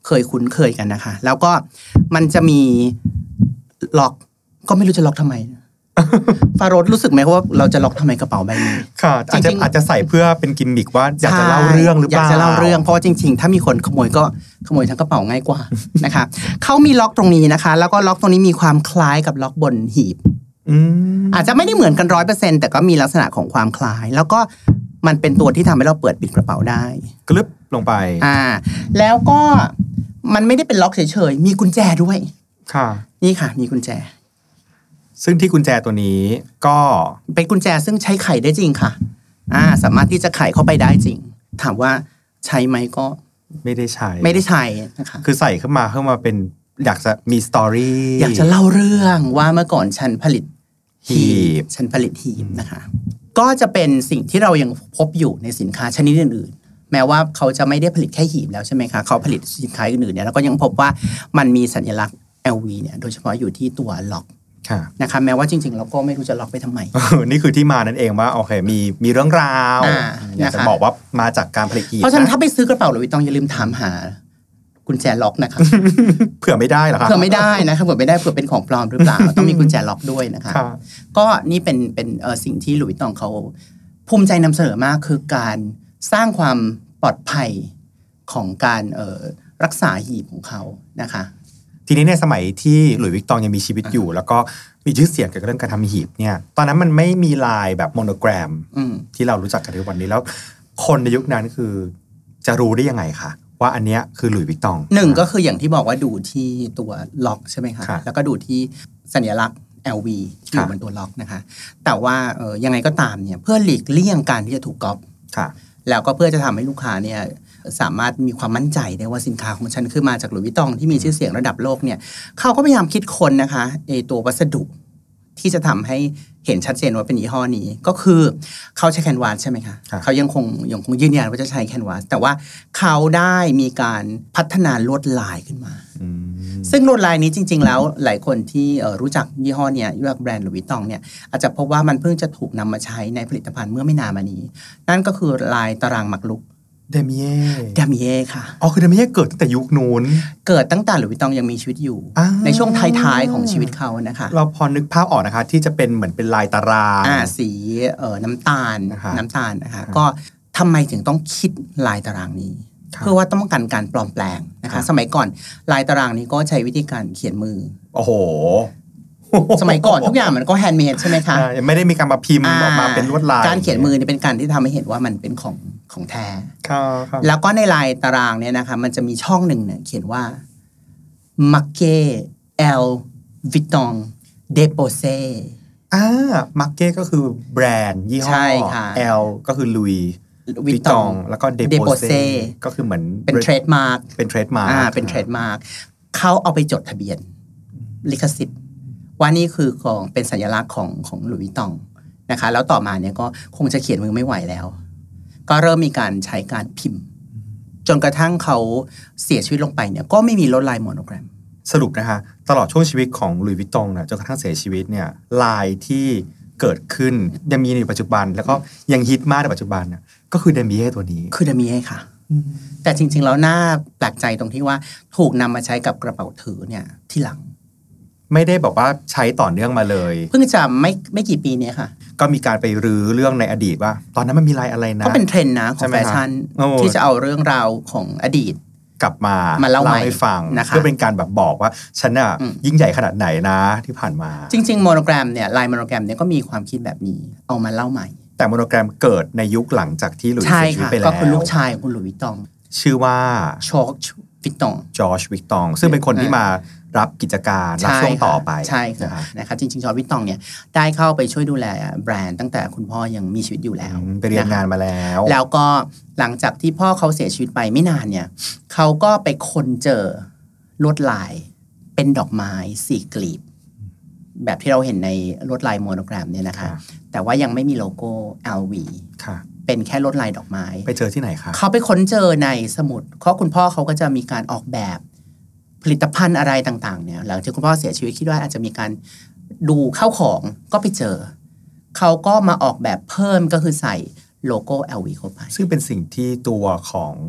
เคยคุ้นเคยกันนะคะแล้วก็มันจะมีล็อกก็ไม่รู้จะล็อกทำไมฟาโรสรู้สึกไหมว่าเราจะล็อกทำไมกระเป๋าใบนี้ค่ะอาจจะอาจจะใส่เพื่อเป็นกิมมิคว่าอยากจะเล่าเรื่องหรือเปล่าอยากจะเล่าเรื่องเพราะว่าจริงๆถ้ามีคนขโมยก็ขโมยทั้งกระเป๋าง่ายกว่านะคะเขามีล็อกตรงนี้นะคะแล้วก็ล็อกตรงนี้มีความคล้ายกับล็อกบนหีบอาจจะไม่ได้เหมือนกันร้อยเปอร์เซ็นต์แต่ก็มีลักษณะของความคล้ายแล้วก็มันเป็นตัวที่ทำให้เราเปิดปิดกระเป๋าได้กลึบลงไปอ่าแล้วก็มันไม่ได้เป็นล็อกเฉยๆมีกุญแจด้วยค่ะนี่ค่ะมีกุญแจซึ่งที่กุญแจตัวนี้ก็เป็นกุญแจซึ่งใช้ไขได้จริงค่ะอ่าสามารถที่จะไขเข้าไปได้จริงถามว่าใช้ไหมก็ไม่ได้ใช้ไม่ได้ใช้นะคะคือใส่เข้ามาเข้ามาเป็นอยากจะมีสตอรี่อยากจะเล่าเรื่องว่าเมื่อก่อนฉันผลิตหีบฉันผลิตหีบนะคะก็จะเป็นสิ่งที่เรายังพบอยู่ในสินค้าชนิดอื่นๆแม้ว่าเขาจะไม่ได้ผลิตแค่หีบแล้วใช่ไหมคะเขาผลิตสินค้าอื่นๆเนี่ยแล้วก็ยังพบว่ามันมีสัญลักษณ์ แอล วี เนี่ยโดยเฉพาะอยู่ที่ตัวล็อกนะคะแม้ว่าจริงๆเราก็ไม่รู้จะล็อกไปทำไมนี่คือที่มานั่นเองว่าโอเคมีมีเรื่องราวอยากจะบอกว่ามาจากการผลิตหีบเพราะฉะนั้นถ้าไปซื้อกระเป๋าหลุยส์วิตตองอย่าลืมถามหากุญแจล็อกนะคะเผื่อไม่ได้หรอครับเผื่อไม่ได้นะคะเผื่อไม่ได้เผื่อเป็นของปลอมหรือเปล่า ต้องมีกุญแจล็อกด้วยนะคะก็นี่เป็นเป็นเอ่อสิ่งที่หลุยส์วิตตองเขาภูมิใจนำเสนอมากคือการสร้างความปลอดภัยของการเอ่อรักษาหีบของเขานะคะทีนี้ในสมัยที่หลุยส์วิตตองยังมีชีวิตอยู่แล้วก็มีชื่อเสียงเกี่ยวกับเรื่องการทำหีบเนี่ยตอนนั้นมันไม่มีลายแบบโมโนแกรมที่เรารู้จักกันในวันนี้แล้วคนในยุคนั้นคือจะรู้ได้ยังไงคะว่าอันเนี้ยคือหลุยส์วิตตองหนึ่งก็คืออย่างที่บอกว่าดูที่ตัวล็อกใช่ไหมคะแล้วก็ดูที่สัญลักษณ์ แอล วี ที่อยู่บนตัวล็อกนะคะแต่ว่าเออยังไงก็ตามเนี่ยเพื่อหลีกเลี่ยงการที่จะถูกก๊อปแล้วก็เพื่อจะทำให้ลูกค้าเนี่ยสามารถมีความมั่นใจได้ว่าสินค้าของฉันคือมาจากหลุยส์วิตตองที่มีชื่อเสียงระดับโลกเนี่ยเขาก็พยายามคิดค้นนะคะไอตัววัสดุที่จะทำให้เห็นชัดเจนว่าเป็นยี่ห้อนี้ก็คือเขาใช้แคนวาสใช่ไหมคะเขายังคงยังคงยืนยันว่าจะใช้แคนวาสแต่ว่าเขาได้มีการพัฒนาลวดลายขึ้นมาซึ่งลวดลายนี้จริงๆแล้วหลายคนที่รู้จักยี่ห้อเนี่ยยี่ห้อแบรนด์หลุยส์วิตตองเนี่ยอาจจะพบว่ามันเพิ่งจะถูกนำมาใช้ในผลิตภัณฑ์เมื่อไม่นานมานี้นั่นก็คือลายตารางหมากรุกเดมิเย่เดมิเย่ค่ะอ๋อคือเดมิเย่เกิดตั้งแต่ยุคนู้นเกิดตั้งแต่หลุยส์วิตตองยังมีชีวิตอยู่ในช่วงท้ายๆของชีวิตเขานะคะเราพอนึกภาพออกนะคะที่จะเป็นเหมือนเป็นลายตารางอ่าสีเอ่อน้ำตาลน้ำตาลนะคะก็ทำไมถึงต้องคิดลายตารางนี้เพื่อว่าต้องการการปลอมแปลงนะคะสมัยก่อนลายตารางนี้ก็ใช้วิธีการเขียนมือโอ้โหสมัยก่อนทุกอย่างมันก็แฮนด์เมดใช่ไหมคะยังไม่ได้มีการมาพิมพ์ออกมาเป็นลวดลายการเขียนมือนี่เป็นการที่ทำให้เห็นว่ามันเป็นของของแท้แล้วก็ในลายตารางเนี่ยนะคะมันจะมีช่องหนึ่งเนี่ยเขียนว่า Marque L Vuitton Dépose อ่า Marque ก็คือแบรนด์ยี่ห้อ L ก็คือ Louis Vuitton แล้วก็ Dépose ก็คือเหมือนเป็นเทรดมาร์คเป็นเทรดมาร์คอ่าเป็นเทรดมาร์คเขาเอาไปจดทะเบียนลิขสิทธิ์ว่านี่คือของเป็นสัญลักษณ์ของของหลุยส์วิตตองนะคะแล้วต่อมาเนี่ยก็คงจะเขียนมือไม่ไหวแล้วก็เริ่มมีการใช้การพิมพ์จนกระทั่งเขาเสียชีวิตลงไปเนี่ยก็ไม่มีลวดลายโมโนแกรมสรุปนะคะตลอดช่วงชีวิตของหลุยส์วิตตองนะจนกระทั่งเสียชีวิตเนี่ยลายที่เกิดขึ้นยังมีในปัจจุบันแล้วก็ยังฮิตมากในปัจจุบันน่ะก็คือเดมิเย่ตัวนี้คือเดมิเย่ค่ะแต่จริงๆแล้วน่าแปลกใจตรงที่ว่าถูกนำมาใช้กับกระเป๋าถือเนี่ยที่หลังไม่ได้บอกว่าใช้ต่อเนื่องมาเลยเพิ่งจะไม่ไม่กี่ปีนี้ค่ะก็มีการไปรื้อเรื่องในอดีตว่าตอนนั้นมันมีลายอะไรนะก็เป็นเทรนด์นะของแฟชั่นที่จะเอาเรื่องราวของอดีตกลับมามาเล่าให้ฟังเพื่อเป็นการแบบบอกว่าฉันน่ะยิ่งใหญ่ขนาดไหนนะที่ผ่านมาจริงๆโมโนแกรมเนี่ยลายโมโนแกรมเนี่ยก็มีความคิดแบบนี้เอามาเล่าใหม่แต่โมโนแกรมเกิดในยุคหลังจากที่หลุยส์เสียชีวิตไปแล้วก็คือลูกชายของคุณหลุยส์วิตตองชื่อว่าจอร์จวิตตองจอร์จวิตตองซึ่งเป็นคนที่มารับกิจการรับช่วงต่อไปใช่ค่ะนะคะจริงๆจอร์จวิตตองเนี่ยได้เข้าไปช่วยดูแลแบรนด์ตั้งแต่คุณพ่อยังมีชีวิตอยู่แล้วไปเรียนงานมาแล้วแล้วก็หลังจากที่พ่อเขาเสียชีวิตไปไม่นานเนี่ยเขาก็ไปค้นเจอลวดลายเป็นดอกไม้สี่กลีบแบบที่เราเห็นในลวดลายโมโนแกรมเนี่ยนะคะแต่ว่ายังไม่มีโลโก้ แอล วี เป็นแค่ลวดลายดอกไม้ไปเจอที่ไหนคะเขาไปค้นเจอในสมุดเพราะคุณพ่อเขาก็จะมีการออกแบบผลิตภัณฑ์อะไรต่างๆเนี่ยหลังจากคุณพ่อเสียชีวิตคิดว่าอาจจะมีการดูเข้าของก็ไปเจอเขาก็มาออกแบบเพิ่มก็คือใส่โลโก้ แอล วี เข้าไปซึ่งเป็นสิ่งที่ตัวของ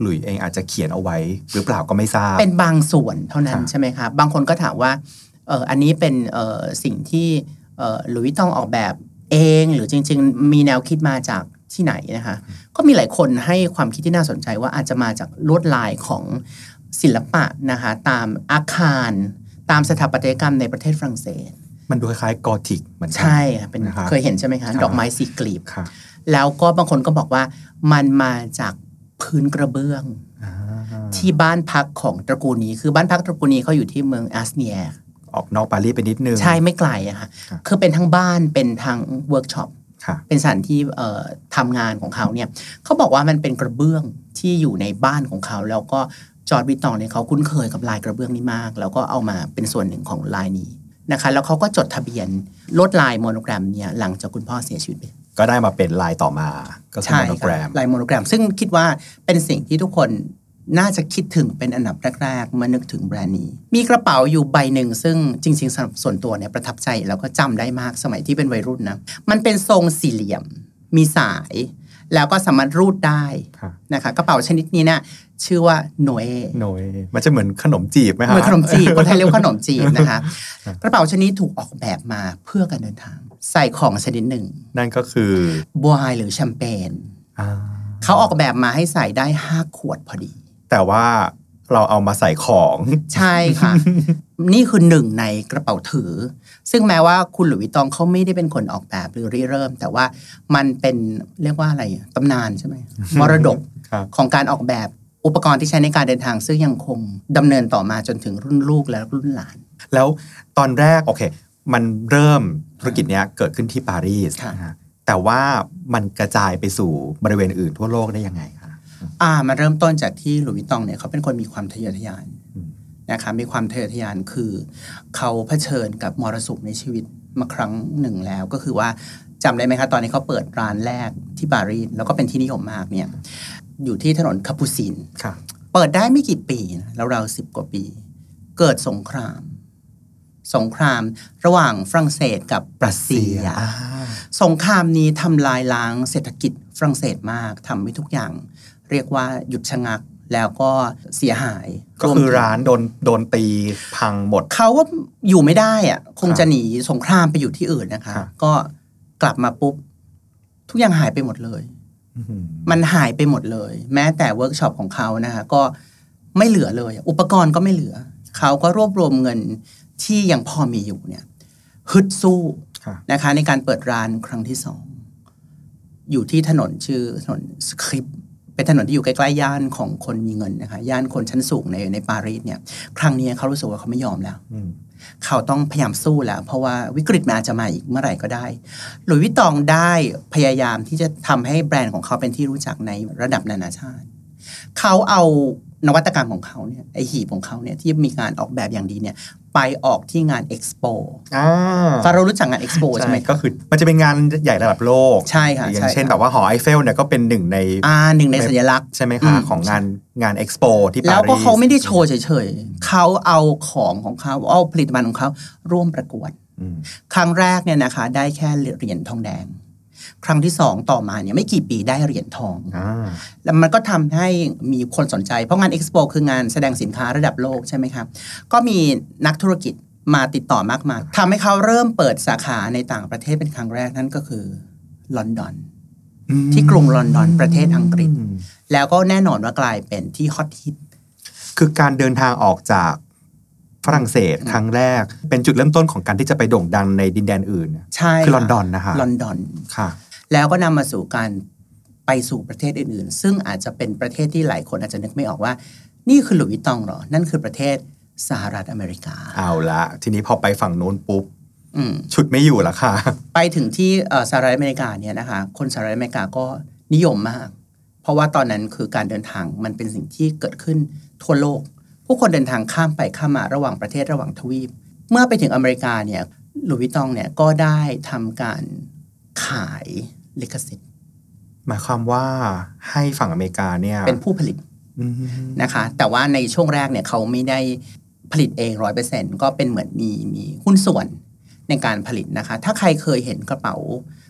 หลุยเองอาจจะเขียนเอาไว้หรือเปล่าก็ไม่ทราบเป็นบางส่วนเท่านั้นใช่ไหมครับบางคนก็ถามว่าเอออันนี้เป็นเออสิ่งที่เออหลุยส์ต้องออกแบบเองหรือจริงๆมีแนวคิดมาจากที่ไหนนะคะก็มีหลายคนให้ความคิดที่น่าสนใจว่าอาจจะมาจากลวดลายของศิลปะนะคะตามอาคารตามสถาปัตยกรรมในประเทศฝรั่งเศสมันดูคล้ายๆกอธิกเหมือนกันใช่เป็นเคยเห็นใช่ไหมคะดอกไม้สีกลีบแล้วก็บางคนก็บอกว่ามันมาจากพื้นกระเบื้องที่บ้านพักของตระกูลนี้คือบ้านพักตระกูลนี้เขาอยู่ที่เมืองอาสเนียออกนอกปารีสไปนิดนึงใช่ไม่ไกลอะค่ะคือเป็นทั้งบ้านเป็นทั้งเวิร์กช็อปเป็นสถานที่ทำงานของเขาเนี่ยเขาบอกว่ามันเป็นกระเบื้องที่อยู่ในบ้านของเขาแล้วก็จอร์จ วิตตองเนี่ยเขาคุ้นเคยกับลายกระเบื้องนี้มากแล้วก็เอามาเป็นส่วนหนึ่งของลายนี้นะคะแล้วเขาก็จดทะเบียนลวดลายโมโนแกรมเนี่ยหลังจากคุณพ่อเสียชีวิตไปก็ได้มาเป็นลายต่อมาก็คือโมโนแกรมลายโมโนแกรมซึ่งคิดว่าเป็นสิ่งที่ทุกคนน่าจะคิดถึงเป็นอันดับแรกๆเมื่อนึกถึงแบรนด์นี้มีกระเป๋าอยู่ใบหนึ่งซึ่งจริงๆสำหรับส่วนตัวเนี่ยประทับใจแล้วก็จำได้มากสมัยที่เป็นวัยรุ่นนะมันเป็นทรงสี่เหลี่ยมมีสายแล้วก็สามารถรูดได้นะคะกระเป๋าชนิดนี้เนี่ยชื่อว่าโนเอโนเอมันจะเหมือนขนมจีบไหมคะเหมือนขนมจีบคนไทยเรียกขนมจีบนะคะกระเป๋าชนิดถูกออกแบบมาเพื่อการเดินทางใส่ของชนิดหนึ่งนั่นก็คือไวน์หรือแชมเปญเขาออกแบบมาให้ใส่ได้ห้าขวดพอดีแต่ว่าเราเอามาใส่ของใช่ค่ะนี่คือหนึ่งในกระเป๋าถือซึ่งแม้ว่าคุณหลุยส์ วิตตองเขาไม่ได้เป็นคนออกแบบหรือริเริ่มแต่ว่ามันเป็นเรียกว่าอะไรตำนานใช่ไหมมรดกของการออกแบบอุปกรณ์ที่ใช้ในการเดินทางซึ่งยังคงดำเนินต่อมาจนถึงรุ่นลูกและรุ่นหลานแล้วตอนแรกโอเคมันเริ่มธุรกิจนี้เกิดขึ้นที่ปารีสแต่ว่ามันกระจายไปสู่บริเวณอื่นทั่วโลกได้ยังไงคะอ่ามันเริ่มต้นจากที่หลุยส์ วิตตองเนี่ยเขาเป็นคนมีความทะเยอทะยานนะคะมีความทะเยอทะยานคือเขาเผชิญกับมรสุมในชีวิตมาครั้งหนึ่งแล้วก็คือว่าจำได้ไหมคะตอนนี้เขาเปิดร้านแรกที่ปารีสแล้วก็เป็นที่นิยมมากเนี่ยอยู่ที่ถนนคาปูซินเปิดได้ไม่กี่ปีนะแล้วเราสิบกว่าปีเกิดสงครามสงครามระหว่างฝรั่งเศสกับรัสเซียสงครามนี้ทำลายล้างเศรษฐกิจฝรั่งเศสมากทำให้ทุกอย่างเรียกว่าหยุดชะงักแล้วก็เสียหายก็คือร้านโดนโดนตีพังหมดเขาก็อยู่ไม่ได้อะคงจะหนีสงครามไปอยู่ที่อื่นนะคะก็กลับมาปุ๊บทุกอย่างหายไปหมดเลยมันหายไปหมดเลยแม้แต่เวิร์กช็อปของเขานะคะก็ไม่เหลือเลยอุปกรณ์ก็ไม่เหลือเขาก็รวบรวมเงินที่ยังพอมีอยู่เนี่ยฮึดสู้นะคะในการเปิดร้านครั้งที่สองอยู่ที่ถนนชื่อถนนสคริปเป็นถนนที่อยู่ใกล้ๆย่านของคนมีเงินนะคะย่านคนชั้นสูงในในปารีสเนี่ยครั้งนี้เขารู้สึกว่าเขาไม่ยอมแล้วเขาต้องพยายามสู้แล้วเพราะว่าวิกฤตมันอาจจะมาอีกเมื่อไหร่ก็ได้หลุยส์ วิตตองได้พยายามที่จะทำให้แบรนด์ของเขาเป็นที่รู้จักในระดับนานาชาติเขาเอานวัตกรรมของเขาเนี่ยไอหีบของเขาเนี่ยที่มีการออกแบบอย่างดีเนี่ยไปออกที่งานเอ็กซ์โปอ่าฟาโรห์รู้จักงานเอ็กซ์โปใช่ไหมก็คือมันจะเป็นงานใหญ่ระดับโลกใช่ค่ะอย่างเช่นแบบว่าหอไอเฟลเนี่ยก็เป็นหนึ่งในอ่าหนึ่งในสัญลักษณ์ใช่ไหมคะของงานงานเอ็กซ์โปที่ปารีสแล้วก็เขาไม่ได้โชว์เฉยๆเขาเอาของของเขาเอาผลิตภัณฑ์ของเขาร่วมประกวดครั้งแรกเนี่ยนะคะได้แค่เหรียญทองแดงครั้งที่สองต่อมาเนี่ยไม่กี่ปีได้เหรียญทองแล้วมันก็ทำให้มีคนสนใจเพราะงานเอ็กซ์โปคืองานแสดงสินค้าระดับโลกใช่ไหมครับก็มีนักธุรกิจมาติดต่อมากมายทำให้เขาเริ่มเปิดสาขาในต่างประเทศเป็นครั้งแรกนั่นก็คือลอนดอนที่กรุงลอนดอนประเทศอังกฤษแล้วก็แน่นอนว่ากลายเป็นที่ฮอตฮิตคือการเดินทางออกจากฝรั่งเศสครั้งแรกเป็นจุดเริ่มต้นของการที่จะไปโด่งดังในดินแดนอื่นใช่คือลอนดอนนะคะลอนดอนค่ะแล้วก็นำมาสู่การไปสู่ประเทศอื่นๆซึ่งอาจจะเป็นประเทศที่หลายคนอาจจะนึกไม่ออกว่านี่คือหลุยส์ วิตตองเหรอนั่นคือประเทศสหรัฐอเมริกาเอาละทีนี้พอไปฝั่งโน้นปุ๊บชุดไม่อยู่ละค่ะไปถึงที่สหรัฐอเมริกาเนี่ยนะคะคนสหรัฐอเมริกาก็นิยมมากเพราะว่าตอนนั้นคือการเดินทางมันเป็นสิ่งที่เกิดขึ้นทั่วโลกผู้คนเดินทางข้ามไปข้ามมาระหว่างประเทศระหว่างทวีปเมื่อไปถึงอเมริกาเนี่ยหลุยส์ วิตตองเนี่ยก็ได้ทำการขายลิขสิทธิ์หมายความว่าให้ฝั่งอเมริกาเนี่ยเป็นผู้ผลิตนะคะแต่ว่าในช่วงแรกเนี่ยเขาไม่ได้ผลิตเอง ร้อยเปอร์เซ็นต์ ก็เป็นเหมือนมีมีหุ้นส่วนในการผลิตนะคะถ้าใครเคยเห็นกระเป๋า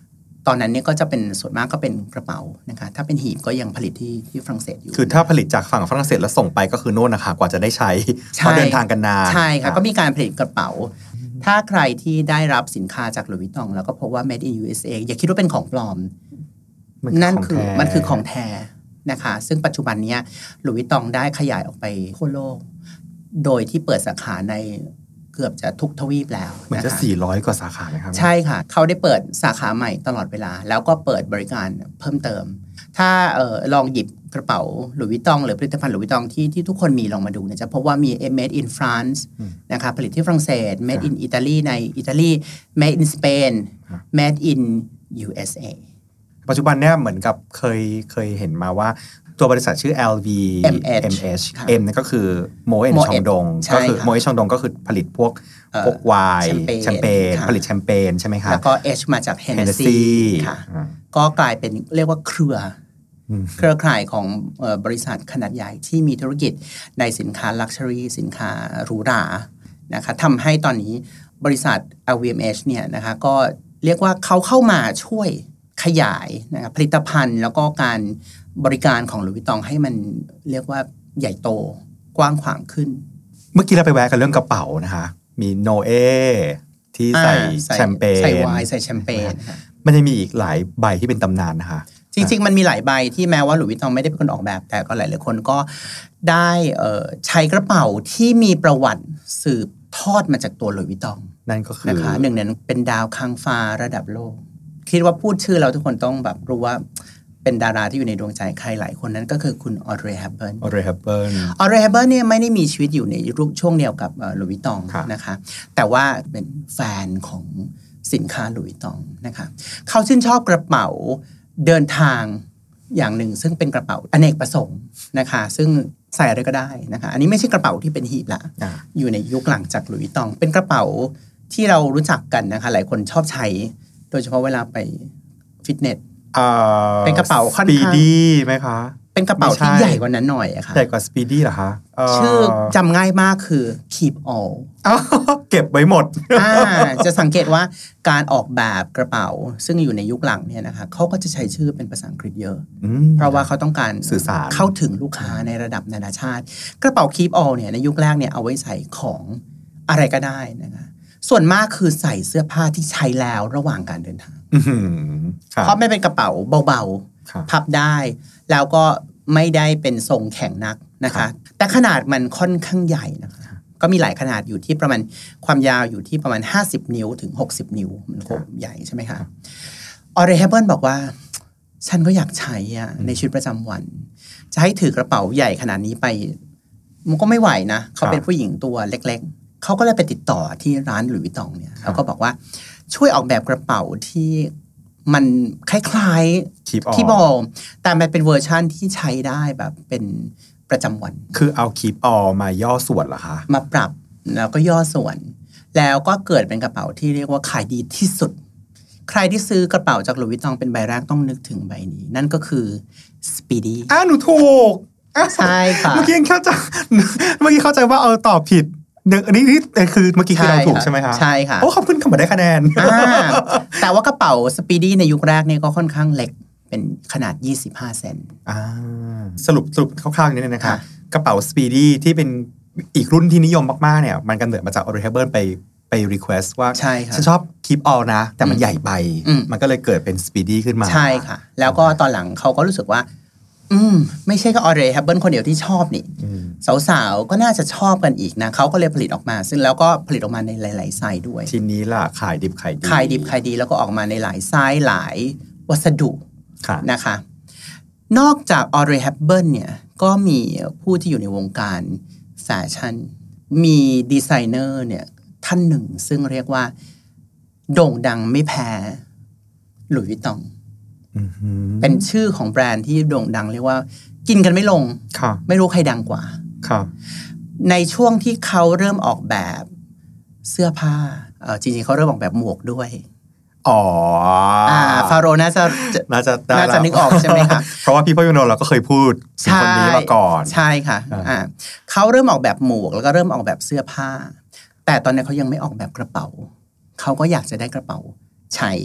ตอนนั้นเนี่ยก็จะเป็นส่วนมากก็เป็นกระเป๋านะคะถ้าเป็นหีบก็ยังผลิตที่ที่ฝรั่งเศสอยู่คือถ้าผลิตจากฝั่งฝรั่งเศสแล้วส่งไปก็คือโน่นนะคะกว่าจะได้ใช้เพราะเดินทางกันนานใช่ค่ะก็มีการผลิตกระเป๋าถ้าใครที่ได้รับสินค้าจากหลุยส์วิตตองแล้วก็พบว่า made in ยู เอส เอ อย่าคิดว่าเป็นของปลอมนั่นคือมันคือของแท้นะคะซึ่งปัจจุบันนี้หลุยส์วิตตองได้ขยายออกไปทั่วโลกโดยที่เปิดสาขาในเกือบจะทุกทวีปแล้วเหมือนจะสี่ร้อยกว่าสาขาไหมครับใช่ค่ะเขาได้เปิดสาขาใหม่ตลอดเวลาแล้วก็เปิดบริการเพิ่มเติมถ้าเอ่อลองหยิบกระเป๋าหลุยส์วิตตองหรือผลิตภัณฑ์หลุยส์วิตตองที่ที่ทุกคนมีลองมาดูเนี่ยจะพบว่ามี made in France นะคะผลิตที่ฝรั่งเศส made in Italy ในอิตาลี made in Spain made in ยู เอส เอปัจจุบันเนี่ยเหมือนกับเคยเคยเห็นมาว่าตัวบริษัทชื่อ แอล วี เอ็ม เอช M นั่นก็คือโมเอ็นชองดงก็คือโมเอ็นชองดงก็คือผลิตพวกพวกไวน์แชมเปญผลิตแชมเปญใช่ไหมคะแล้วก็ H มาจาก Hennessy ค่ะก็กลายเป็นเรียกว่าเครือเครือข่ายของบริษัทขนาดใหญ่ที่มีธุรกิจในสินค้า Luxury สินค้าหรูหรานะคะทำให้ตอนนี้บริษัท แอล วี เอ็ม เอช เนี่ยนะคะก็เรียกว่าเขาเข้ามาช่วยขยายนะผลิตภัณฑ์แล้วก็การบริการของหลุยส์วิตตองให้มันเรียกว่าใหญ่โตกว้างขวางขึ้นเมื่อกี้เราไปแวะกันเรื่องกระเป๋านะคะมีโนเอที่ใส่แชมเปญใส่ไวน์ใส่แชมเปญมันจะมีอีกหลายใบที่เป็นตำนานนะคะจริงๆมันมีหลายใบที่แม้ว่าหลุยส์วิตตองไม่ได้เป็นคนออกแบบแต่ก็หลายๆคนก็ได้ใช้กระเป๋าที่มีประวัติสืบทอดมาจากตัวหลุยส์วิตตองนั่นก็คือนะคะหนึ่งในนั้นเป็นดาวค้างฟ้าระดับโลกคิดว่าพูดชื่อเราทุกคนต้องแบบรู้ว่าเป็นดาราที่อยู่ในดวงใจใครหลายคนนั้นก็คือคุณออเดรี แฮปเบิร์นออเดรี แฮปเบิร์นออเดรี แฮปเบิร์นเนี่ยไม่ได้มีชีวิตอยู่ในยุคช่วงเดียวกับหลุยส์วิตตองนะคะแต่ว่าเป็นแฟนของสินค้าหลุยส์วิตตองนะคะเขาชื่นชอบกระเป๋าเดินทางอย่างหนึ่งซึ่งเป็นกระเป๋าอเนกประสงค์นะคะซึ่งใส่อะไรก็ได้นะคะอันนี้ไม่ใช่กระเป๋าที่เป็นหีบละอยู่ในยุคหลังจากหลุยส์วิตตองเป็นกระเป๋าที่เรารู้จักกันนะคะหลายคนชอบใช้โดยเฉพาะเวลาไปฟิตเนสเป็นกระเป๋าค่อนข้าง Speedy ไหมคะเป็นกระเป๋าที่ใหญ่กว่านั้นหน่อยอะค่ะใหญ่กว่า Speedy เหรอคะชื่อจำง่ายมากคือ Keep All เก็บไว้หมดจะสังเกตว่าการออกแบบกระเป๋าซึ่งอยู่ในยุคหลังเนี่ยนะคะเขาก็จะใช้ชื่อเป็นภาษาอังกฤษเยอะเพราะว่าเขาต้องการสื่อสารเข้าถึงลูกค้าในระดับนานาชาติกระเป๋า Keep All เนี่ยในยุคแรกเนี่ยเอาไว้ใส่ของอะไรก็ได้นะคะส่วนมากคือใส่เสื้อผ้าที่ใช้แล้วระหว่างการเดินทางเพราะไม่เป็นกระเป๋าเบาๆพับได้แล้วก็ไม่ได้เป็นทรงแข็งนักนะคะแต่ขนาดมันค่อนข้างใหญ่นะคะก็มีหลายขนาดอยู่ที่ประมาณความยาวอยู่ที่ประมาณห้าสิบนิ้วถึงหกสิบนิ้วมันโคตรใหญ่ใช่ไหมคะออเดรี แฮปเบิร์นบอกว่าฉันก็อยากใช้อะในชีวิตประจำวันจะให้ถือกระเป๋าใหญ่ขนาดนี้ไปมันก็ไม่ไหวนะเขาเป็นผู้หญิงตัวเล็กๆเขาก็เลยไปติดต่อที่ร้านหลุยส์วิตตองเนี่ยแล้วก็บอกว่าช่วยออกแบบกระเป๋าที่มันคล้ายๆคีบอลแต่มันเป็นเวอร์ชั่นที่ใช้ได้แบบเป็นประจำวันคือเอาคีบอลมาย่อส่วนเหรอคะมาปรับแล้วก็ย่อส่วนแล้วก็เกิดเป็นกระเป๋าที่เรียกว่าขายดีที่สุดใครที่ซื้อกระเป๋าจากหลุยส์วิตตองเป็นใบแรกต้องนึกถึงใบนี้นั่นก็คือ Speedy อ้าวหนูถูกใช่ค่ะเมื่อกี้เข้าใจเมื่อกี้เข้าใจว่าเออตอบผิดอันนี้นี่คือเมื่อกี้คือเราถูกใช่ไหมคะใช่ค่ะโอ้ขอบคุณค่ะมาได้คะแนนแต่ว่ากระเป๋า Speedy ในยุคแรกเนี่ยก็ค่อนข้างเล็กเป็นขนาดยี่สิบห้าเซนสรุปสรุปคร่าวๆอย่างนี้เลยนะคะกระเป๋า Speedy ที่เป็นอีกรุ่นที่นิยมมากๆเนี่ยมันกำเนิดมาจาก Audrey Hepburn ไปไป request ว่าฉันชอบ Keep All นะแต่มันใหญ่ไปมันก็เลยเกิดเป็น Speedy ขึ้นมาใช่ค่ะแล้วก็ตอนหลังเขาก็รู้สึกว่าอืมไม่ใช่แค่ออเดรี แฮปเบิร์นคนเดียวที่ชอบนี่สาวๆก็น่าจะชอบกันอีกนะเขาก็เลยผลิตออกมาซึ่งแล้วก็ผลิตออกมาในหลายๆไซส์ด้วยทีนี้ล่ะขายดิบขายดีขายดิบขายดีแล้วก็ออกมาในหลายไซส์หลายวัสดุนะคะนอกจากออเดรี แฮปเบิร์นเนี่ยก็มีผู้ที่อยู่ในวงการแฟชั่นมีดีไซเนอร์เนี่ยท่านหนึ่งซึ่งเรียกว่าโด่งดังไม่แพ้หลุยส์วิตตองเป็นชื่อของแบรนด์ที่โด่งดังเรียกว่ากินกันไม่ลงไม่รู้ใครดังกว่าในช่วงที่เขาเริ่มออกแบบเสื้อผ้าเออจริงๆเขาเริ่มออกแบบหมวกด้วยอ๋ออ่าฟาโรน่าจะน่าจะน่าจะนึกออกใช่ไหมคะเพราะว่าพี่พ่อยูโนเราก็เคยพูดถึงคนนี้มาก่อนใช่ค่ะอ่าเขาเริ่มออกแบบหมวกแล้วก็เริ่มออกแบบเสื้อผ้าแต่ตอนนี้เขายังไม่ออกแบบกระเป๋าเขาก็อยากจะได้กระเป๋าใช้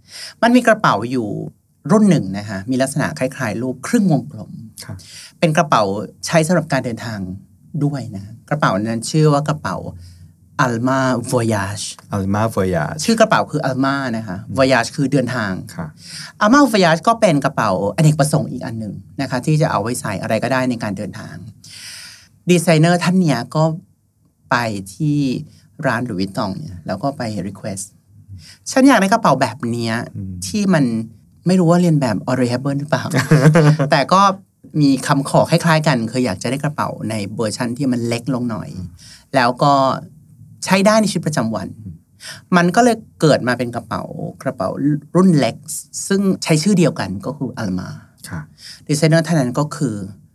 มันมีกระเป๋าอยู่รุ่นหนึ่งนะคะมีลักษณะคล้ายๆรูปครึ่งวงกลมเป็นกระเป๋าใช้สำหรับการเดินทางด้วยนะกระเป๋านั้นชื่อว่ากระเป๋า Alma Voyage Alma Voyage ชื่อกระเป๋าคือ Alma นะคะ Voyage คือเดินทาง Alma Voyage ก็เป็นกระเป๋าอเนกประสงค์อีกอันหนึ่งนะคะที่จะเอาไว้ใส่อะไรก็ได้ในการเดินทางดีไซเนอร์ท่านเนี้ยก็ไปที่ร้านหลุยส์วิตตองเนี่ยแล้วก็ไป request ฉันอยากได้กระเป๋าแบบนี้ที่มันไม่รู้ว่าเรียนแบบ Audrey Hepburn หรือเปล่า แต่ก็มีคำขอคล้ายๆกันคืออยากจะได้กระเป๋าในเวอร์ชันที่มันเล็กลงหน่อยแล้วก็ใช้ได้ในชีวิตประจำวันมันก็เลยเกิดมาเป็นกระเป๋ากระเป๋ารุ่นเล็กซึ่งใช้ชื่อเดียวกันก็คือ Alma ดีไซเนอร์ท่านนั้นก็คือ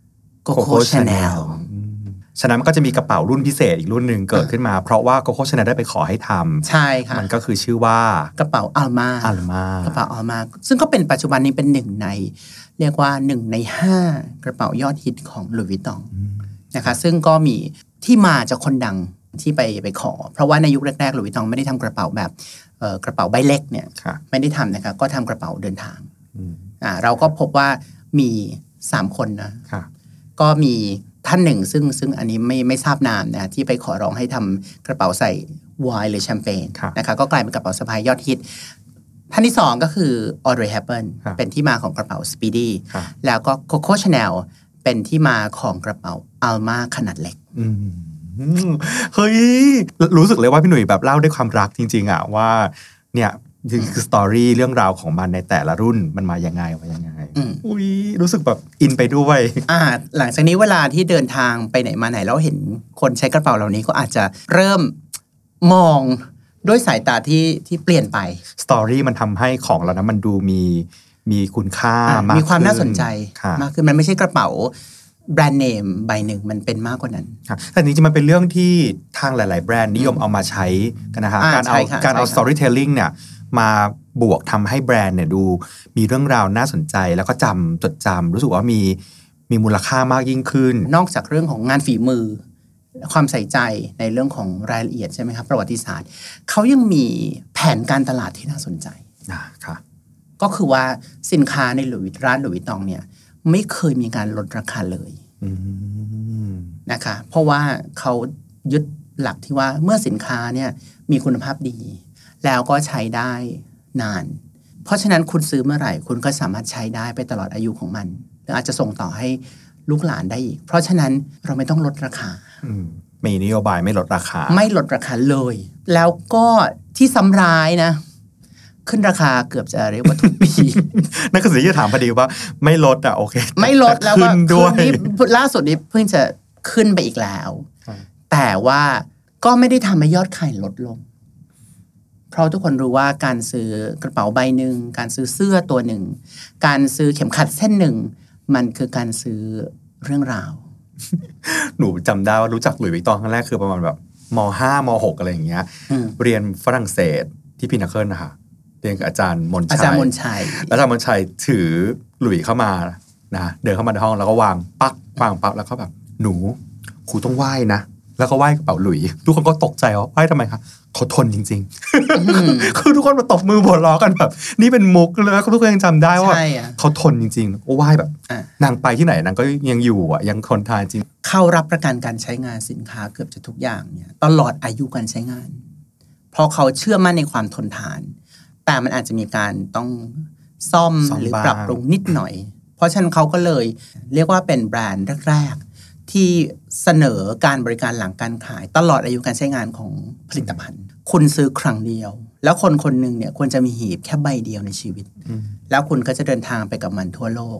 Coco Chanel ฉะนั้นมันก็จะมีกระเป๋ารุ่นพิเศษอีกรุ่นหนึ่งเกิดขึ้นมาเพราะว่า Coco Chanel ได้ไปขอให้ทำใช่ค่ะมันก็คือชื่อว่ากระเป๋า Alma Alma กระเป๋า Alma ซึ่งก็เป็นปัจจุบันนี้เป็นหนึ่งในเรียกว่าหนึ่งในห้ากระเป๋ายอดฮิตของหลุยส์วิตตองนะคะซึ่งก็มีที่มาจากคนดังที่ไปไปขอเพราะว่าในยุคแรกๆหลุยส์วิตตองไม่ได้ทำกระเป๋าแบบกระเป๋าใบเล็กเนี่ยไม่ได้ทำนะคะก็ทำกระเป๋าเดินทางอ่าเราก็พบว่ามีสามคนนะก็มีท่านหนึ่งซึ่งซึ่งอันนี้ไม่ไม่ทราบนามนะที่ไปขอร้องให้ทำกระเป๋าใส่ไวน์หรือแชมเปญนะคะก็กลายเป็นกระเป๋าสะพายยอดฮิตท่านที่สองก็คือ Audrey Hepburn เป็นที่มาของกระเป๋า Speedy แล้วก็ Coco Chanel เป็นที่มาของกระเป๋า Alma ขนาดเล็กเฮ้ยรู้สึกเลยว่าพี่หนุ่ยแบบเล่าด้วยความรักจริงๆอ่ะว่าเนี่ยคือสตอรี่เรื่องราวของมันในแต่ละรุ่นมันมายังไงมายังไงอุ้ยรู้สึกแบบอินไปด้วยอ่าหลังจากนี้เวลาที่เดินทางไปไหนมาไหนแล้วเห็นคนใช้กระเป๋าเหล่านี้ก็อาจจะเริ่มมองด้วยสายตาที่ที่เปลี่ยนไปสตอรี่มันทำให้ของเรานะมันดูมีมีคุณค่ามากมีความน่าสนใจมากขึ้นมันไม่ใช่กระเป๋าแบรนด์เนมใบหนึ่งมันเป็นมากกว่านั้นแต่จริงๆมันเป็นเรื่องที่ทางหลายๆแบรนด์นิยมเอามาใช้กันนะคะการเอาการเอา storytelling เนี่ยมาบวกทำให้แบรนด์เนี่ยดูมีเรื่องราวน่าสนใจแล้วก็จำจดจำรู้สึกว่ามีมีมูลค่ามากยิ่งขึ้นนอกจากเรื่องของงานฝีมือความใส่ใจในเรื่องของรายละเอียดใช่ไหมครับประวัติศาสตร์เขายังมีแผนการตลาดที่น่าสนใจนะครับก็คือว่าสินค้าในหลุยส์ร้านหลุยส์วิตตองเนี่ยไม่เคยมีการลดราคาเลยนะคะเพราะว่าเขายึดหลักที่ว่าเมื่อสินค้าเนี่ยมีคุณภาพดีแล้วก็ใช้ได้นานเพราะฉะนั้นคุณซื้อเมื่อไหร่คุณก็สามารถใช้ได้ไปตลอดอายุของมันหรืออาจจะส่งต่อให้ลูกหลานได้อีกเพราะฉะนั้นเราไม่ต้องลดราคามีนโยบายไม่ลดราคาไม่ลดราคาเลยแล้วก็ที่ซ้ำร้ายนะขึ้นราคาเกือบจะเรียกว่าทุกปีนั่นคือสิ่งที่จะถามพอดีว่าไม่ลดอ่ะโอเคไม่ลดแล้วก็ขึ้นนี้ล่าสุดนี้เพิ่งจะขึ้นไปอีกแล้วแต่ว่าก็ไม่ได้ทำให้ยอดขายลดลงเพราะทุกคนรู้ว่าการซื้อกระเป๋าใบหนึ่งการซื้อเสื้อตัวหนึ่งการซื้อเข็มขัดเส้นหนึ่งมันคือการซื้อเรื่องราวหนูจำได้ว่ารู้จักหลุยส์วิตตองครั้งแรกคือประมาณแบบม.ห้าม.หก อะไรอย่างเงี้ยเรียนฝรั่งเศสที่พินาเคิลนะคะเรียนกับอาจารย์มนชัยอาจารย์มนชัยอาจารย์มนชัยถือหลุยส์เข้ามานะเดินเข้ามาในห้องแล้วก็วางปักวางปักแล้วก็แบบหนูครูต้องไหว้นะแล้วก็ไหว้กระเป๋าหลุยส์ทุกคนก็ตกใจว่าไหว้ทำไมคะเขาทนจริงๆคือทุกคนมาตบมือหัวเราะกันแบบนี่เป็นมุกแล้วทุกคนยังจำได้ว่าเขาทนจริงๆโอ้ไหว้แบบนางไปที่ไหนนางก็ยังอยู่อ่ะยังคนทานจริงเข้ารับประกันการใช้งานสินค้าเกือบจะทุกอย่างเนี่ยตลอดอายุการใช้งานเพราะเขาเชื่อมั่นในความทนทานแต่มันอาจจะมีการต้องซ่อมหรือปรับปรุงนิดหน่อยเพราะฉะนั้นเขาก็เลยเรียกว่าเป็นแบรนด์แรกๆที่เสนอการบริการหลังการขายตลอดอายุการใช้งานของผลิตภัณฑ์คุณซื้อครั้งเดียวแล้วคนคนหนึ่งเนี่ยควรจะมีหีบแค่ใบเดียวในชีวิตแล้วคุณก็จะเดินทางไปกับมันทั่วโลก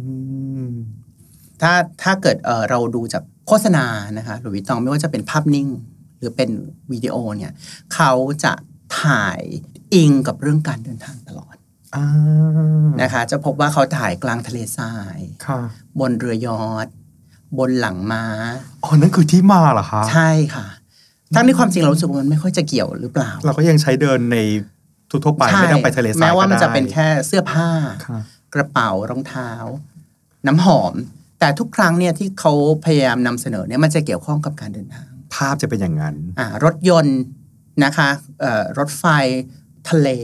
ถ้าถ้าเกิด เอ่อ เราดูจากโฆษณานะคะหลุยส์วิตตองไม่ว่าจะเป็นภาพนิ่งหรือเป็นวิดีโอเนี่ยเขาจะถ่ายอิงกับเรื่องการเดินทางตลอดนะคะจะพบว่าเขาถ่ายกลางทะเลทรายบนเรือยอชต์บนหลังม้าอ๋อนั่นคือที่มาเหรอคะใช่ค่ะทั้งที่ความจริงเรารู้สึกว่ามันไม่ค่อยจะเกี่ยวหรือเปล่าเราก็ยังใช้เดินในทั่วไปไม่ต้องไปทะเลทรายแม้ว่ามันจะเป็นแค่เสื้อผ้ากระเป๋ารองเท้าน้ำหอมแต่ทุกครั้งเนี่ยที่เขาพยายามนำเสนอเนี่ยมันจะเกี่ยวข้องกับการเดินทางภาพจะเป็นอย่างนั้นอ่ารถยนต์นะคะเอ่อรถไฟทะเล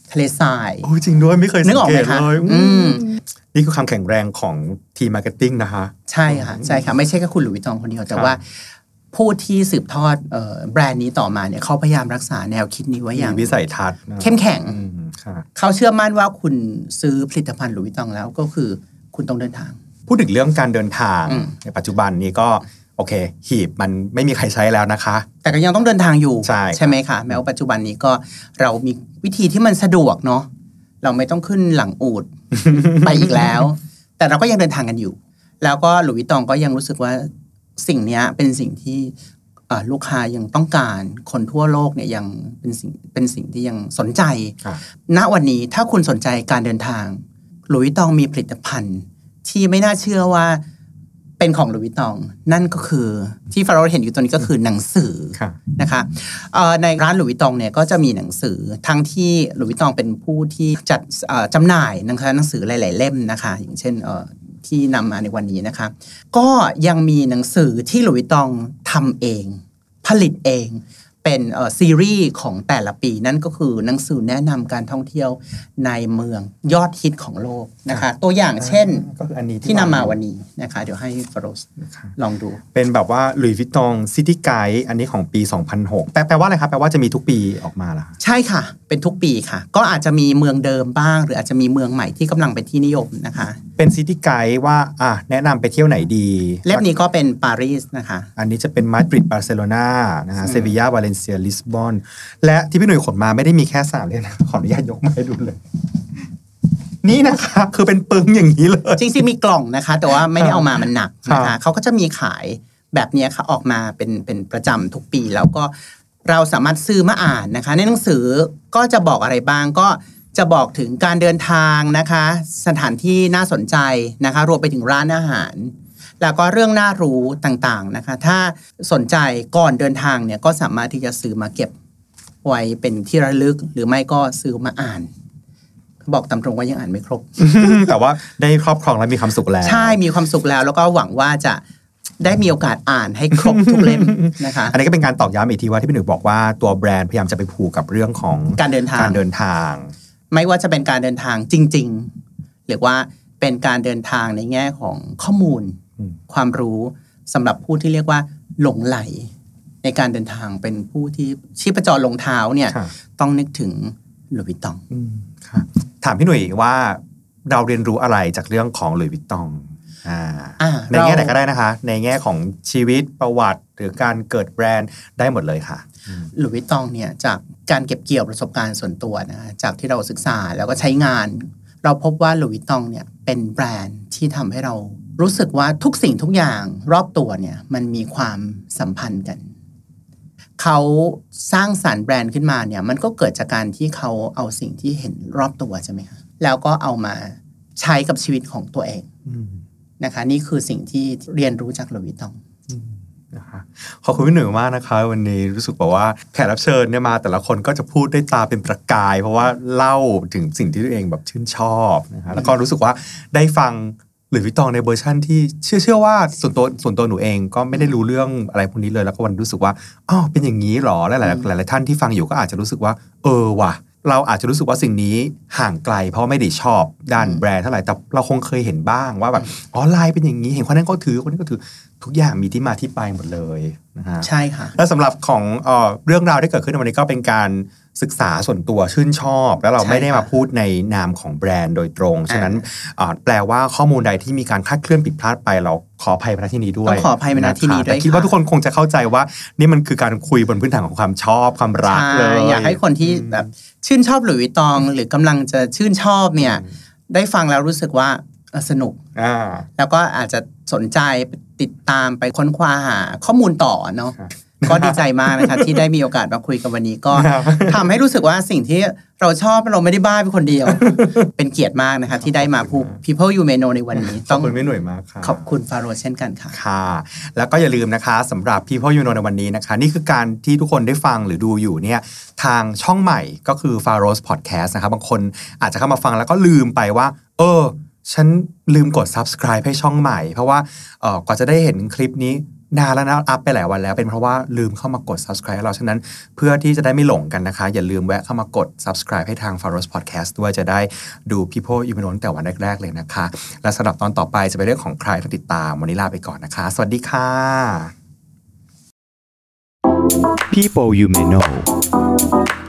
ทะเลทรายโอ้จริงด้วยไม่เคยสังเกตเลยนี่คือความแข็งแรงของทีมมาร์เก็ตติ้งนะคะใช่ค่ะใช่ค่ะไม่ใช่แค่คุณหลุยส์วิตตองคนเดียวแต่ว่าผู้ที่สืบทอดแบรนด์นี้ต่อมาเนี่ยเขาพยายามรักษาแนวคิดนี้ไว้อย่างวิสัยทัศน์เข้มแข็งเขาเชื่อมั่นว่าคุณซื้อผลิตภัณฑ์หลุยส์วิตตองแล้วก็คือคุณต้องเดินทางพูดถึงเรื่องการเดินทางในปัจจุบันนี้ก็โอเคหีบมันไม่มีใครใช้แล้วนะคะแต่ก็ยังต้องเดินทางอยู่ใช่ใช่ไหมคะแม้ว่าปัจจุบันนี้ก็เรามีวิธีที่มันสะดวกเนาะเราไม่ต้องขึ้นหลังอูฐ ไปอีกแล้วแต่เราก็ยังเดินทางกันอยู่แล้วก็หลุยส์วิตตองก็ยังรู้สึกว่าสิ่งนี้เป็นสิ่งที่ลูกค้ายังต้องการคนทั่วโลกเนี่ยยังเป็นสิ่งเป็นสิ่งที่ยังสนใจณวันนี้ถ้าคุณสนใจการเดินทางหลุยส์วิตตองมีผลิตภัณฑ์ที่ไม่น่าเชื่อว่าเป็นของหลุยส์วิตตองนั่นก็คือที่ฟาโรห์เห็นอยู่ตัวนี้ก็คือหนังสือนะคะในร้านหลุยส์วิตตองเนี่ยก็จะมีหนังสือทั้งที่หลุยส์วิตตองเป็นผู้ที่จัดจำหน่ายนะคะหนังสือหลายๆเล่มนะคะอย่างเช่นที่นำมาในวันนี้นะคะก็ยังมีหนังสือที่หลุยส์วิตตองทำเองผลิตเองเป็นซีรีส์ของแต่ละปีนั่นก็คือหนังสือแนะนำการท่องเที่ยวในเมืองยอดฮิตของโลกนะคะตัวอย่างเช่นก็คืออันนี้ที่นำมาวันนี้นะคะเดี๋ยวให้ฟาโรห์ลองดูเป็นแบบว่าหลุยส์วิตตองซิตี้ไกด์อันนี้ของปีสองพันหกแปลแปลว่าอะไรครับแปลว่าจะมีทุกปีออกมาล่ะใช่ค่ะเป็นทุกปีค่ะก็อาจจะมีเมืองเดิมบ้างหรืออาจจะมีเมืองใหม่ที่กำลังเป็นที่นิยมนะคะเป็นซิตี้ไกด์ว่าอ่ะแนะนำไปเที่ยวไหนดีเล่มนี้ก็เป็นปารีสนะคะอันนี้จะเป็นมาดริดบาร์เซโลนานะฮะเซบียาวาเลนเซียลิสบอนและที่พี่หนุ่ยขนมาไม่ได้มีแค่สามเล่มนะขออนุญาตยกมาให้ดูเลยนี่นะคะคือเป็นปึ้งอย่างนี้เลยจริงๆมีกล่องนะคะแต่ว่าไม่ได้เอามามันหนักนะคะเขาก็จะมีขายแบบนี้ค่ะออกมาเป็นเป็นประจำทุกปีแล้วก็เราสามารถซื้อมาอ่านนะคะในหนังสือก็จะบอกอะไรบ้างก็จะบอกถึงการเดินทางนะคะสถานที่น่าสนใจนะคะรวมไปถึงร้านอาหารแล้วก็เรื่องน่ารู้ต่างๆนะคะถ้าสนใจก่อนเดินทางเนี่ยก็สามารถที่จะซื้อมาเก็บไว้เป็นที่ระลึกหรือไม่ก็ซื้อมาอ่านบอกตามตรงว่ายังอ่านไม่ครบแต่ว่าได้ครอบครองและมีความสุขแล้วใช่มีความสุขแล้วแล้วก็หวังว่าจะได้มีโอกาสอ่านให้ครบทุกเล่มนะคะอันนี้ก็เป็นการตอกย้ำอีกทีว่าที่พี่หนุ่ยบอกว่าตัวแบรนด์พยายามจะไปผูกกับเรื่องของการเดินทางการเดินทางไม่ว่าจะเป็นการเดินทางจริงๆหรือว่าเป็นการเดินทางในแง่ของข้อมูลความรู้สำหรับผู้ที่เรียกว่าหลงไหลในการเดินทางเป็นผู้ที่ชีพจรลงเท้าเนี่ยต้องนึกถึงหลุยส์วิตตองถามพี่หนุ่ยว่าเราเรียนรู้อะไรจากเรื่องของหลุยส์วิตตองในแง่ไหนก็ได้นะคะในแง่ของชีวิตประวัติหรือการเกิดแบรนด์ได้หมดเลยค่ะหลุยส์วิตตองเนี่ยจากการเก็บเกี่ยวประสบการณ์ส่วนตัวนะจากที่เราศึกษาแล้วก็ใช้งานเราพบว่าหลุยส์วิตตองเนี่ยเป็นแบรนด์ที่ทำให้เรารู้สึกว่าทุกสิ่งทุกอย่างรอบตัวเนี่ยมันมีความสัมพันธ์กันเขาสร้างสรรค์แบรนด์ขึ้นมาเนี่ยมันก็เกิดจากการที่เขาเอาสิ่งที่เห็นรอบตัวใช่ไหมคะแล้วก็เอามาใช้กับชีวิตของตัวเองนะคะนี่คือสิ่งที่เรียนรู้จากหลุยส์วิตตองนะคะขอบคุณพี่หนุ่ยมากนะคะวันนี้รู้สึกแบบว่าแขกรับเชิญเนี่ยมาแต่ละคนก็จะพูดด้วยตาเป็นประกายเพราะว่าเล่าถึงสิ่งที่ตัวเองแบบชื่นชอบนะคะแล้วก็รู้สึกว่าได้ฟังหลุยส์วิตตองในเวอร์ชันที่เชื่อเชื่อว่าส่วนตัวส่วนตัวหนูเองก็ไม่ได้รู้เรื่องอะไรพวกนี้เลยแล้วก็วันรู้สึกว่าอ๋อเป็นอย่างนี้หรอและหลายหลายท่านที่ฟังอยู่ก็อาจจะรู้สึกว่าเออว่ะเราอาจจะรู้สึกว่าสิ่งนี้ห่างไกลเพราะไม่ได้ชอบด้านแบรนด์เท่าไหร่แต่เราคงเคยเห็นบ้างว่าแบบอ๋อลายเป็นอย่างนี้เห็นคนนั้นก็ถือคนนี้ก็ถือทุกอย่างมีที่มาที่ไปหมดเลยนะฮะใช่ค่ะและสำหรับของเอ่อเรื่องราวที่เกิดขึ้นในวันนี้ก็เป็นการศึกษาส่วนตัวชื่นชอบแล้วเราไม่ได้มาพูดในนามของแบรนด์โดยตรงฉะนั้นแปลว่าข้อมูลใดที่มีการคลาดเคลื่อนผิดพลาดไปเราขออภัยณที่นี้ด้วยต้องขออภัยณที่นี้ด้วยคิดว่าทุกคนคงจะเข้าใจว่านี่มันคือการคุยบนพื้นฐานของความชอบความรักเลยอยากให้คนที่แบบชื่นชอบหลุยส์วิตตองหรือกำลังจะชื่นชอบเนี่ยได้ฟังแล้วรู้สึกว่าสนุกแล้วก็อาจจะสนใจติดตามไปค้นคว้าหาข้อมูลต่อเนาะก็ดีใจมากนะคะที่ได้มีโอกาสมาคุยกันวันนี้ก็ทำให้รู้สึกว่าสิ่งที่เราชอบเราไม่ได้บ้าเป็นคนเดียวเป็นเกียรติมากนะคะที่ได้มาพูด People You May Know ในวันนี้ขอบคุณพี่หนุ่ยมากค่ะขอบคุณฟาโรห์เช่นกันค่ะค่ะแล้วก็อย่าลืมนะคะสำหรับ People You Know ในวันนี้นะคะนี่คือการที่ทุกคนได้ฟังหรือดูอยู่เนี่ยทางช่องใหม่ก็คือ Faros Podcast นะครับบางคนอาจจะเข้ามาฟังแล้วก็ลืมไปว่าเออฉันลืมกด Subscribe ให้ช่องใหม่เพราะว่าเอ่อกว่าจะได้เห็นคลิปนี้นานแล้วนะอัพไปหลายวันแล้วเป็นเพราะว่าลืมเข้ามากด subscribe เราฉะนั้นเพื่อที่จะได้ไม่หลงกันนะคะอย่าลืมแวะเข้ามากด subscribe ให้ทาง Pharos Podcast ด้วยจะได้ดู People You May Know ตั้งแต่วันแรกๆเลยนะคะและสำหรับตอนต่อไปจะเป็นเรื่องของใครต้องติดตามวันนี้ลาไปก่อนนะคะสวัสดีค่ะ People You May Know